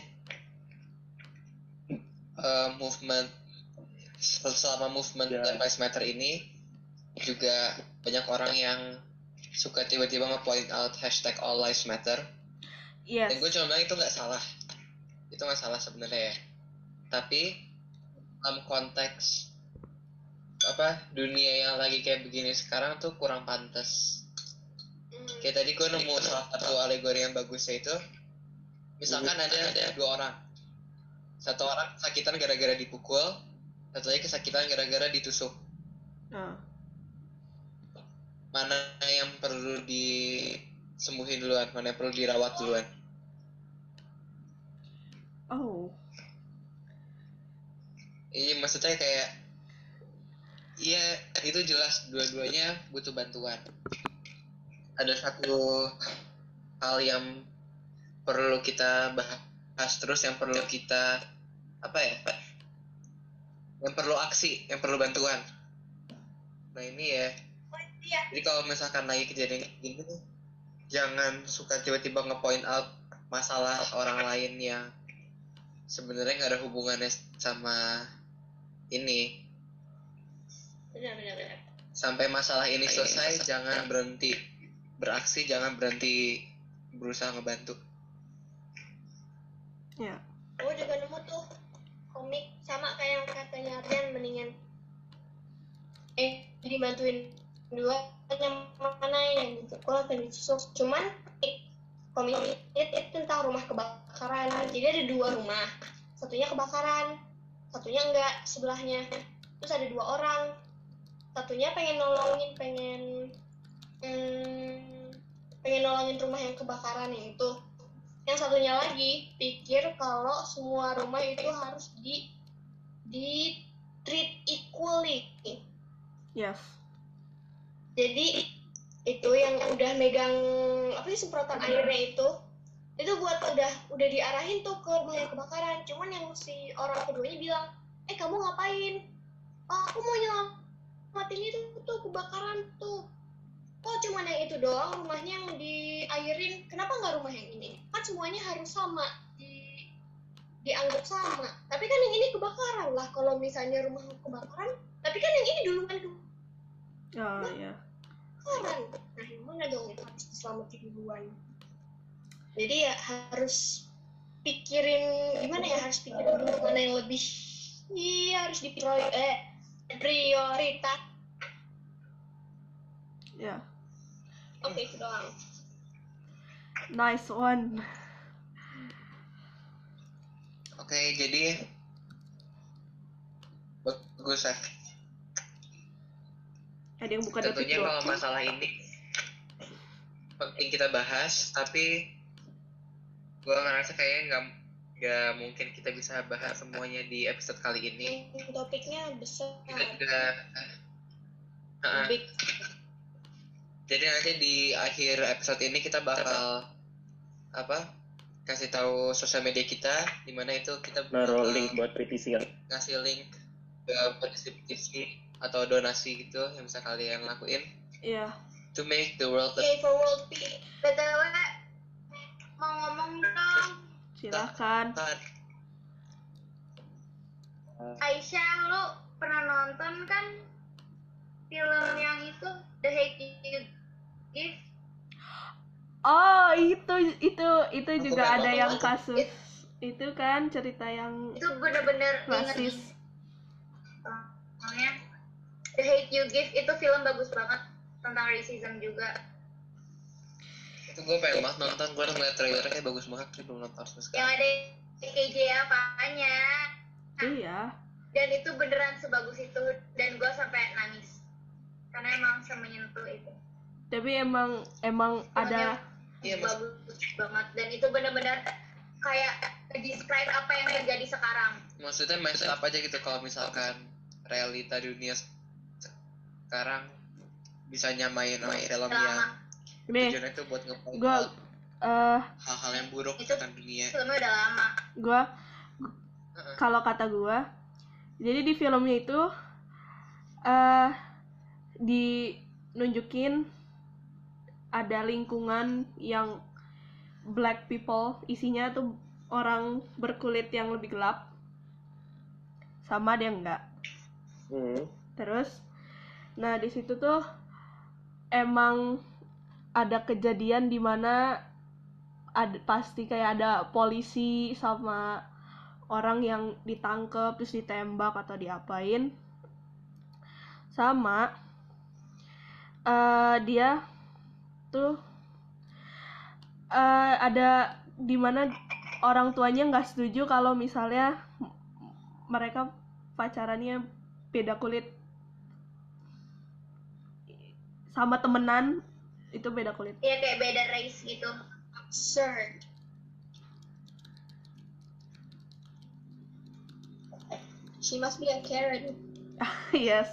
uh, movement selama movement Ya. Black Lives Matter ini juga banyak orang yang suka tiba-tiba nge-point out hashtag All Lives Matter. Yes. Dan gue cuma bilang itu nggak salah, itu nggak salah sebenarnya ya. Tapi dalam konteks apa dunia yang lagi kayak begini sekarang tuh kurang pantas. Kayak tadi gue nemu salah satu alegori yang bagusnya itu, misalkan ada ada dua orang, satu orang kesakitan gara-gara dipukul, satu lagi kesakitan gara-gara ditusuk. Ah. Mana yang perlu disembuhin duluan, mana yang perlu dirawat duluan? Oh. Ini maksudnya kayak, iya itu jelas dua-duanya butuh bantuan. Ada satu hal yang perlu kita bahas terus, yang perlu kita apa ya? Yang perlu aksi, yang perlu bantuan. Nah ini ya. Jadi kalau misalkan lagi kejadian gini nih, jangan suka tiba-tiba nge-point out masalah orang lain yang sebenarnya nggak ada hubungannya sama ini. Benar-benar. Sampai masalah ini selesai, jangan berhenti beraksi, jangan berhenti berusaha ngebantu. Ya. Gue juga nemu tuh komik sama kayak yang katanya Aryan, mendingan eh dibantuin dua yang mana yang dipukul atau ditusuk. Cuman komik itu tentang rumah kebakaran. Jadi ada dua rumah, satunya kebakaran, satunya enggak sebelahnya. Terus ada dua orang, satunya pengen nolongin, pengen hmm, pengen nolongin rumah yang kebakaran itu. Yang satunya lagi pikir kalau semua rumah itu harus di di treat equally. Yes. Jadi itu yang udah megang apa sih semprotan airnya itu itu buat udah udah diarahin tuh ke rumah yang kebakaran. Cuman yang si orang keduanya bilang, eh kamu ngapain? Oh, aku mau nyelamatin itu tuh kebakaran tuh. Oh cuman yang itu doang rumahnya yang diairin, kenapa nggak rumah yang ini? Kan semuanya harus sama, di dianggap sama. Tapi kan yang ini kebakaran lah kalau misalnya rumah kebakaran, tapi kan yang ini duluan Oh ya. kebakaran. Nah yang mana dong yang harus diselamatin duluan? Jadi ya harus pikirin gimana ya, harus pikirin dulu mana yang lebih iya harus diprior eh prioritas. Ya, Oke, itu doang. nice one. Oke, jadi bagus ya. Ada yang buka detik Tentunya kalau dua. masalah ini penting kita bahas, tapi gue ngerasa kayaknya nggak nggak mungkin kita bisa bahas semuanya di episode kali ini. Topiknya besar. Kita juga uh, Big. jadi nanti di akhir episode ini kita bakal apa kasih tahu sosial media kita, di mana itu kita Naruh bakal link buat petisi kan. ngasih link ke petisi atau donasi gitu yang bisa kalian lakuin Iya. to make the world a Yay for world peace. B T W mau ngomong dong, Silahkan. Aisyah, lu pernah nonton kan film yang itu The Hate You Give? Oh, itu itu itu Aku juga nggak ada nonton yang itu. kasus. Itu kan cerita yang Itu bener-bener rasis. Soalnya The Hate You Give itu film bagus banget tentang racism juga. itu gue pengen banget nonton. Gue udah ngeliat trailernya kayak bagus banget, tapi belum nonton sampai Yang sekarang. ada K J apanya. Iya. Dan itu beneran sebagus itu dan gue sampai nangis. Karena emang semenyentuh itu. Tapi emang emang ada Iya, Mas. Bagus banget dan itu bener-bener kayak describe apa yang terjadi sekarang. Maksudnya mess up aja gitu kalau misalkan realita dunia sekarang bisa nyamain sama film yang Selama nih tujuannya itu buat nge-point gua out eh hal-hal yang buruk Itu- tentang dunia. filmnya udah lama. gua Heeh. kalau kata gua, jadi di filmnya itu eh dinunjukin ada lingkungan yang black people, isinya tuh orang berkulit yang lebih gelap sama dia enggak. Hmm. Terus nah di situ tuh emang ada kejadian di mana ada pasti kayak ada polisi sama orang yang ditangkap terus ditembak atau diapain, sama eh, dia tuh eh, ada di mana orang tuanya nggak setuju kalau misalnya m- mereka pacarannya beda kulit sama temenan itu beda kulit. Iya kayak beda race gitu. Absurd. She must be a Karen. Yes.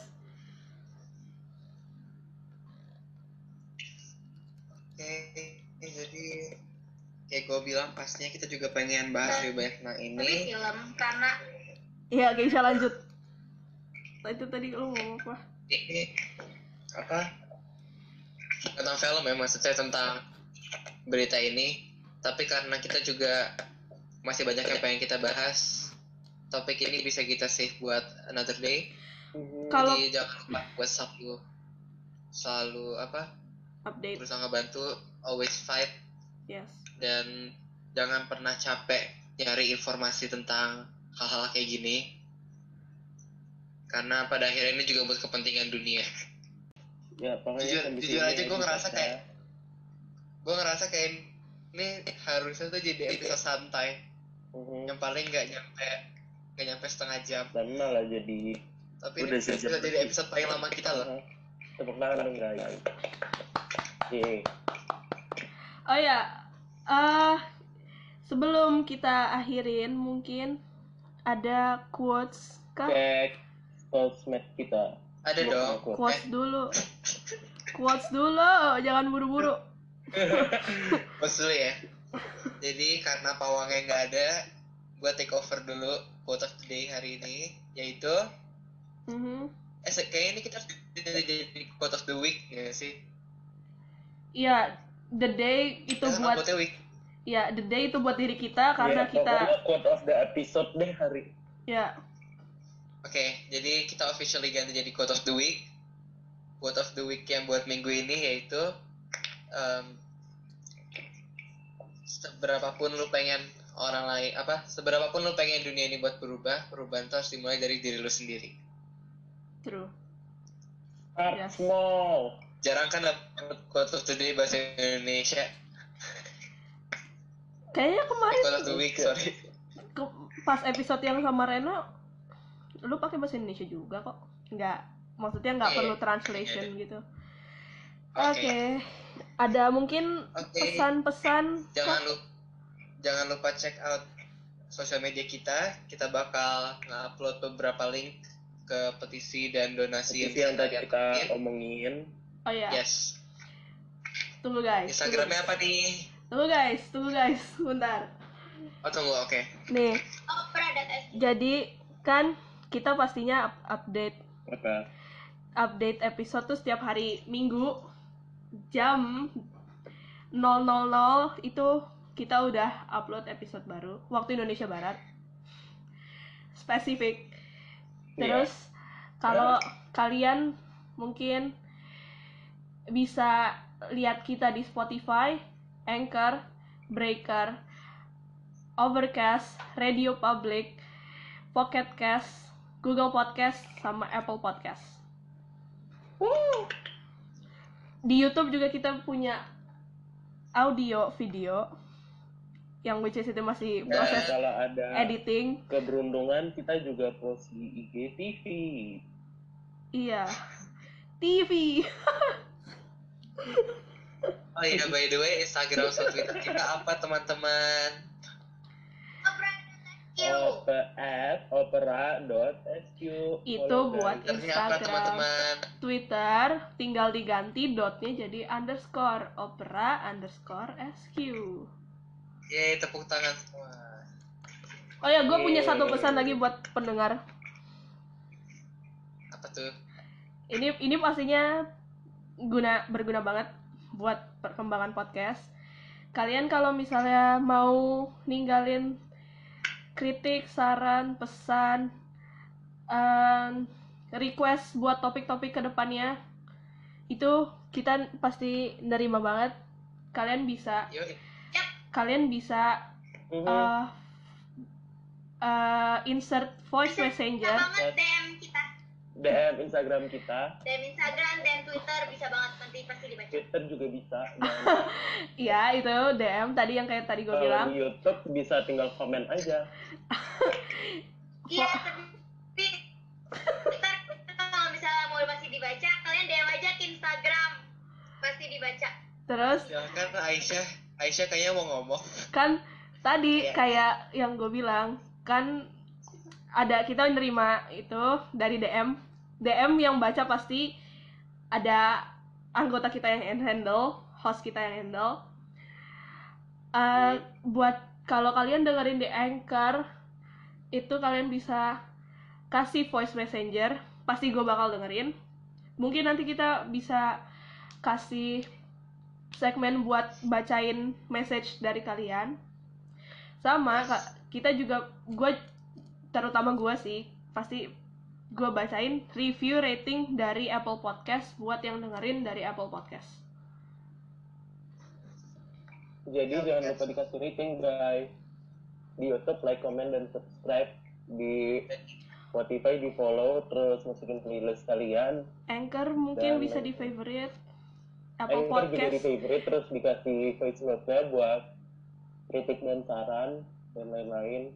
Oke, jadi kayak gue bilang pastinya kita juga pengen bahas lebih banyak tentang Tapi ini. film karena Iya, Keisha lanjut. Nah, itu tadi lu ngomong apa? Ini apa tentang film ya, maksudnya tentang berita ini. Tapi karena kita juga masih banyak yang pengen kita bahas, topik ini bisa kita save buat another day. Mhm. Kalau Jadi jangan lupa buat selalu selalu apa update, berusaha ngebantu, always fight, yes. dan jangan pernah capek nyari informasi tentang hal-hal kayak gini, karena pada akhirnya ini juga buat kepentingan dunia. Ya, pokoknya Jujur- sampai jujur sini aja gua ngerasa kita- kayak- Gue ngerasa kayak ini harusnya tuh jadi episode santai Mhm. yang paling nggak nyampe nggak nyampe setengah jam, Dan malah jadi tapi Udah ini bisa sejam jadi lebih. episode paling lama kita loh. tepuk tangan dong guys. Yeay. Oh ya, eh sebelum kita akhirin mungkin ada quotes kah? Cek sosmed kita. Ada Belum dong. aku. Quotes dulu. Quotes dulu, jangan buru-buru. Bos dulu ya. Jadi karena pawangnya nggak ada, gue take over dulu quote of the day hari ini, yaitu Mhm. eh se- kayaknya ini kita harus jadi jadi quote of the week ya sih. Iya, the day itu Kita sama buat quote week. ya the day itu buat diri kita karena Ya, kita pokoknya quote of the episode deh hari. ya Oke, jadi kita officially ganti jadi quote of the week. Quote of the week yang buat minggu ini yaitu um, seberapapun lu pengen orang lain apa seberapa pun lu pengen dunia ini buat berubah, perubahan tuh harus dimulai dari diri lu sendiri. True. Start Yes. small. Jarang kan dapet quote of the day bahasa Indonesia. Kayaknya kemarin Quote of the week, sorry. ke- pas episode yang sama Reno lu pakai bahasa Indonesia juga kok. Nggak, maksudnya nggak Iya. perlu translation gitu. Oke. Oke. Ada mungkin Oke. pesan-pesan Jangan lupa jangan lupa check out sosial media kita. Kita bakal nge-upload beberapa link ke petisi dan donasi Petisi yang tadi kalian kita bikin. omongin. Oh iya. Yes. Tunggu guys. Instagramnya apa nih? Tunggu guys, tunggu guys, bentar. Oh tunggu, oke. Nih, Opera.s. jadi kan kita pastinya up- update Apa? update episode tuh setiap hari Minggu jam nol nol nol itu kita udah upload episode baru waktu Indonesia Barat. Spesifik. Terus kalau kalian mungkin bisa lihat kita di Spotify, Anchor, Breaker, Overcast, Radio Public, Pocket Cast, Google Podcast, sama Apple Podcast. Woo! Di YouTube juga kita punya audio, video, yang which is itu masih Dan proses kalau ada editing. keberuntungan kita juga post di I G T V. Iya. T V. Oh iya, by the way, Instagram atau Twitter kita apa teman-teman? Opera.sq. Opera at opera.sq. Itu Follow, buat guys. Twitternya apa Instagram. teman-teman? Twitter tinggal diganti dotnya jadi underscore opera underscore sq. Yeay, tepuk tangan semua. Oh ya, gue punya Yeay. satu pesan lagi buat pendengar. Apa tuh? Ini ini pastinya guna berguna banget buat perkembangan podcast. Kalian kalau misalnya mau ninggalin kritik, saran, pesan, um, request buat topik-topik kedepannya, itu kita pasti nerima banget. Kalian bisa Yuk, kalian bisa Mhm. uh, uh, insert voice Bisa messenger. banget D M kita. D M Instagram kita, D M Instagram dan Twitter bisa banget, nanti pasti dibaca. Twitter juga bisa. Dan Ya, itu D M tadi yang kayak tadi gue kalau bilang. di YouTube bisa tinggal komen aja. Iya, tapi Twitter kalau misalnya mau masih dibaca, kalian D M aja ke Instagram, pasti dibaca. Terus silakan Aisyah. Aisyah kayaknya mau ngomong. kan tadi Iya. kayak yang gue bilang, kan ada kita nerima itu dari D M. D M yang baca pasti ada anggota kita yang handle, host kita yang handle. Uh, buat kalau kalian dengerin di Anchor, itu kalian bisa kasih voice messenger, pasti gue bakal dengerin. Mungkin nanti kita bisa kasih segmen buat bacain message dari kalian. Sama Kak, kita juga, gue terutama gue sih pasti gue bacain review rating dari Apple Podcast buat yang dengerin dari Apple Podcast. Jadi jangan lupa dikasih rating guys. Di YouTube like, comment, dan subscribe. Di Spotify di follow, terus masukin playlist kalian. Anchor mungkin Dan- bisa di favorite. Apple Anchor juga di Podcast favorite, terus dikasih voice note-nya buat kritik dan saran dan lain-lain.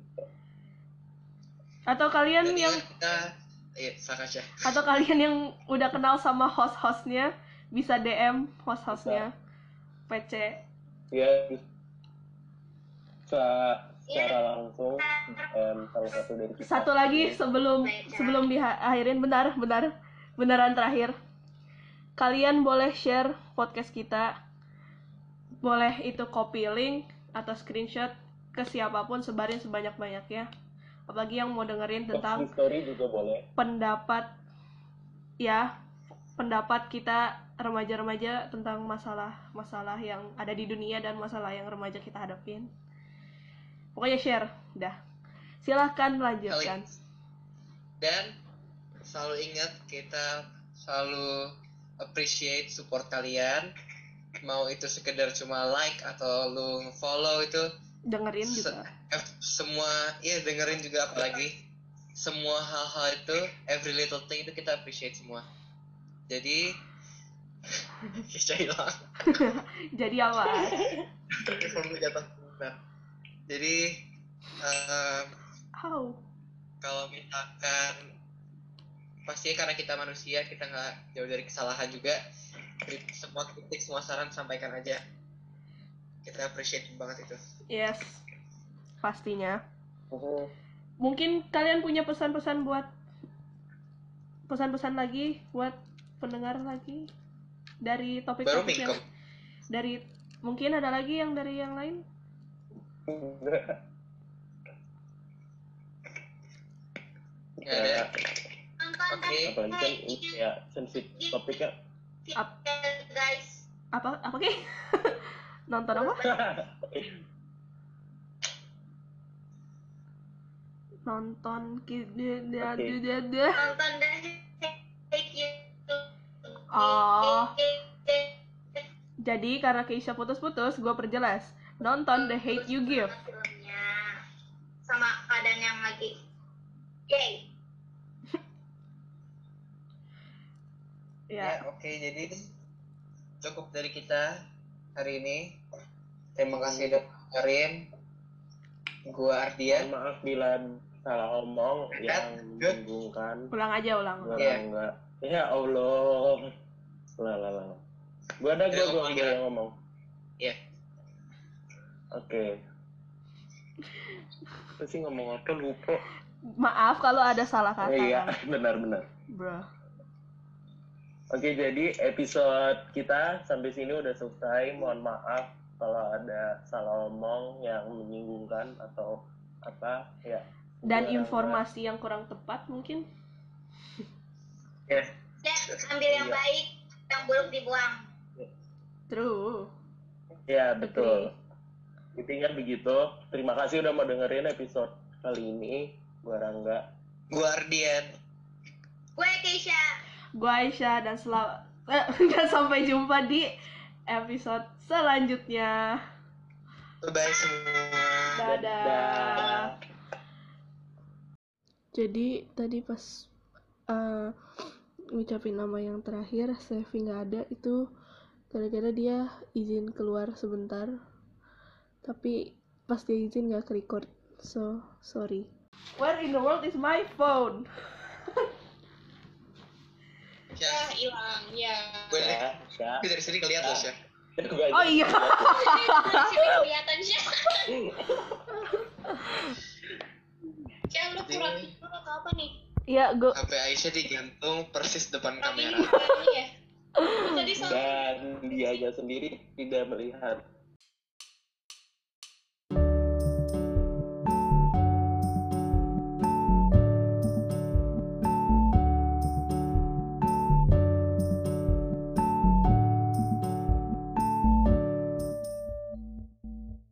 atau kalian Dan yang kita, iya, Sakasha. atau kalian yang udah kenal sama host-hostnya bisa D M host-hostnya P C. Ya bisa secara langsung em, salah satu dari kita. Satu lagi sebelum sebelum diakhirin, benar benar beneran terakhir, kalian boleh share podcast kita, boleh itu copy link atau screenshot ke siapapun, sebarin sebanyak-banyaknya, apalagi yang mau dengerin Post di tentang story juga boleh. pendapat ya pendapat kita remaja-remaja tentang masalah-masalah yang ada di dunia dan masalah yang remaja kita hadapin. Pokoknya share, dah. Silahkan lanjutkan. Dan selalu ingat, kita selalu appreciate support kalian. Mau itu sekedar cuma like atau lu follow, itu dengerin se- juga. eh, semua ya dengerin juga, apalagi semua hal-hal itu, every little thing itu kita appreciate semua. Jadi Kisah hilang. Jadi apa? Kamu jatuh. Nah, jadi eh, How? kalau misalkan pastinya karena kita manusia, kita nggak jauh dari kesalahan juga. Krit- semua kritik, semua saran sampaikan aja. Kita appreciate banget itu. Yes, pastinya. Oh, Mungkin kalian punya pesan-pesan buat pesan-pesan lagi buat pendengar lagi dari Baru topik-topik yang Mingkem. dari mungkin ada lagi yang dari yang lain? enggak. Nggak ada. Nonton Oke. Apalagi kan ini ya sensitif topiknya. Ap- guys. Apa apa Ki? Nonton apa? Nonton ki dia dia Oke. dia dia. Nonton deh. Thank you. Oh, jadi karena Keisha putus-putus, gue perjelas. Nonton The Hate You Give. Filmnya sama keadaan yang lagi gay. Ya, Ya, oke, jadi cukup dari kita hari ini. Terima kasih udah dengerin. Gua Ardian. Mohon maaf bila salah omong yang Good. membingungkan. ulang aja ulang. Gua Iya. enggak. Ya Allah. Lah lah lah. Gua ada gua Udah gua ngomong gua aja. yang ngomong. Iya. Oke. Apa sih ngomong apa lupa. Maaf kalau ada salah Oh, kata. iya, kan. benar-benar. Bro. Oke, jadi episode kita sampai sini udah selesai. Mohon maaf kalau ada salah omong yang menyinggungkan atau apa ya. Dan Gua informasi yang kurang tepat mungkin. Ya. Dan ambil yang Iya. baik, yang buruk dibuang. True. Ya, betul. Intinya begitu. Terima kasih udah mau dengerin episode kali ini. Gua Rangga. Gua Ardian. Gue Keisha. Gue Aisyah dan sel- eh, dan sampai jumpa di episode selanjutnya. Bye semua. Dadah. Dadah. Jadi tadi pas uh, ngucapin nama yang terakhir, Sevi nggak ada, itu gara-gara dia izin keluar sebentar. Tapi pas dia izin nggak ke-record, so sorry. Where in the world is my phone? Ya, Ya hilang ya. gue Ya, ya. dari sini kelihatan loh, Syah. Gua Oh aja. iya. Di sini kelihatan sih. Kayak lu kurang tidur atau apa nih? Iya, gue H P Aisyah digantung persis depan Kurang ini kamera. kurang ini ya. Lu tadi sama Dan dianya sendiri tidak melihat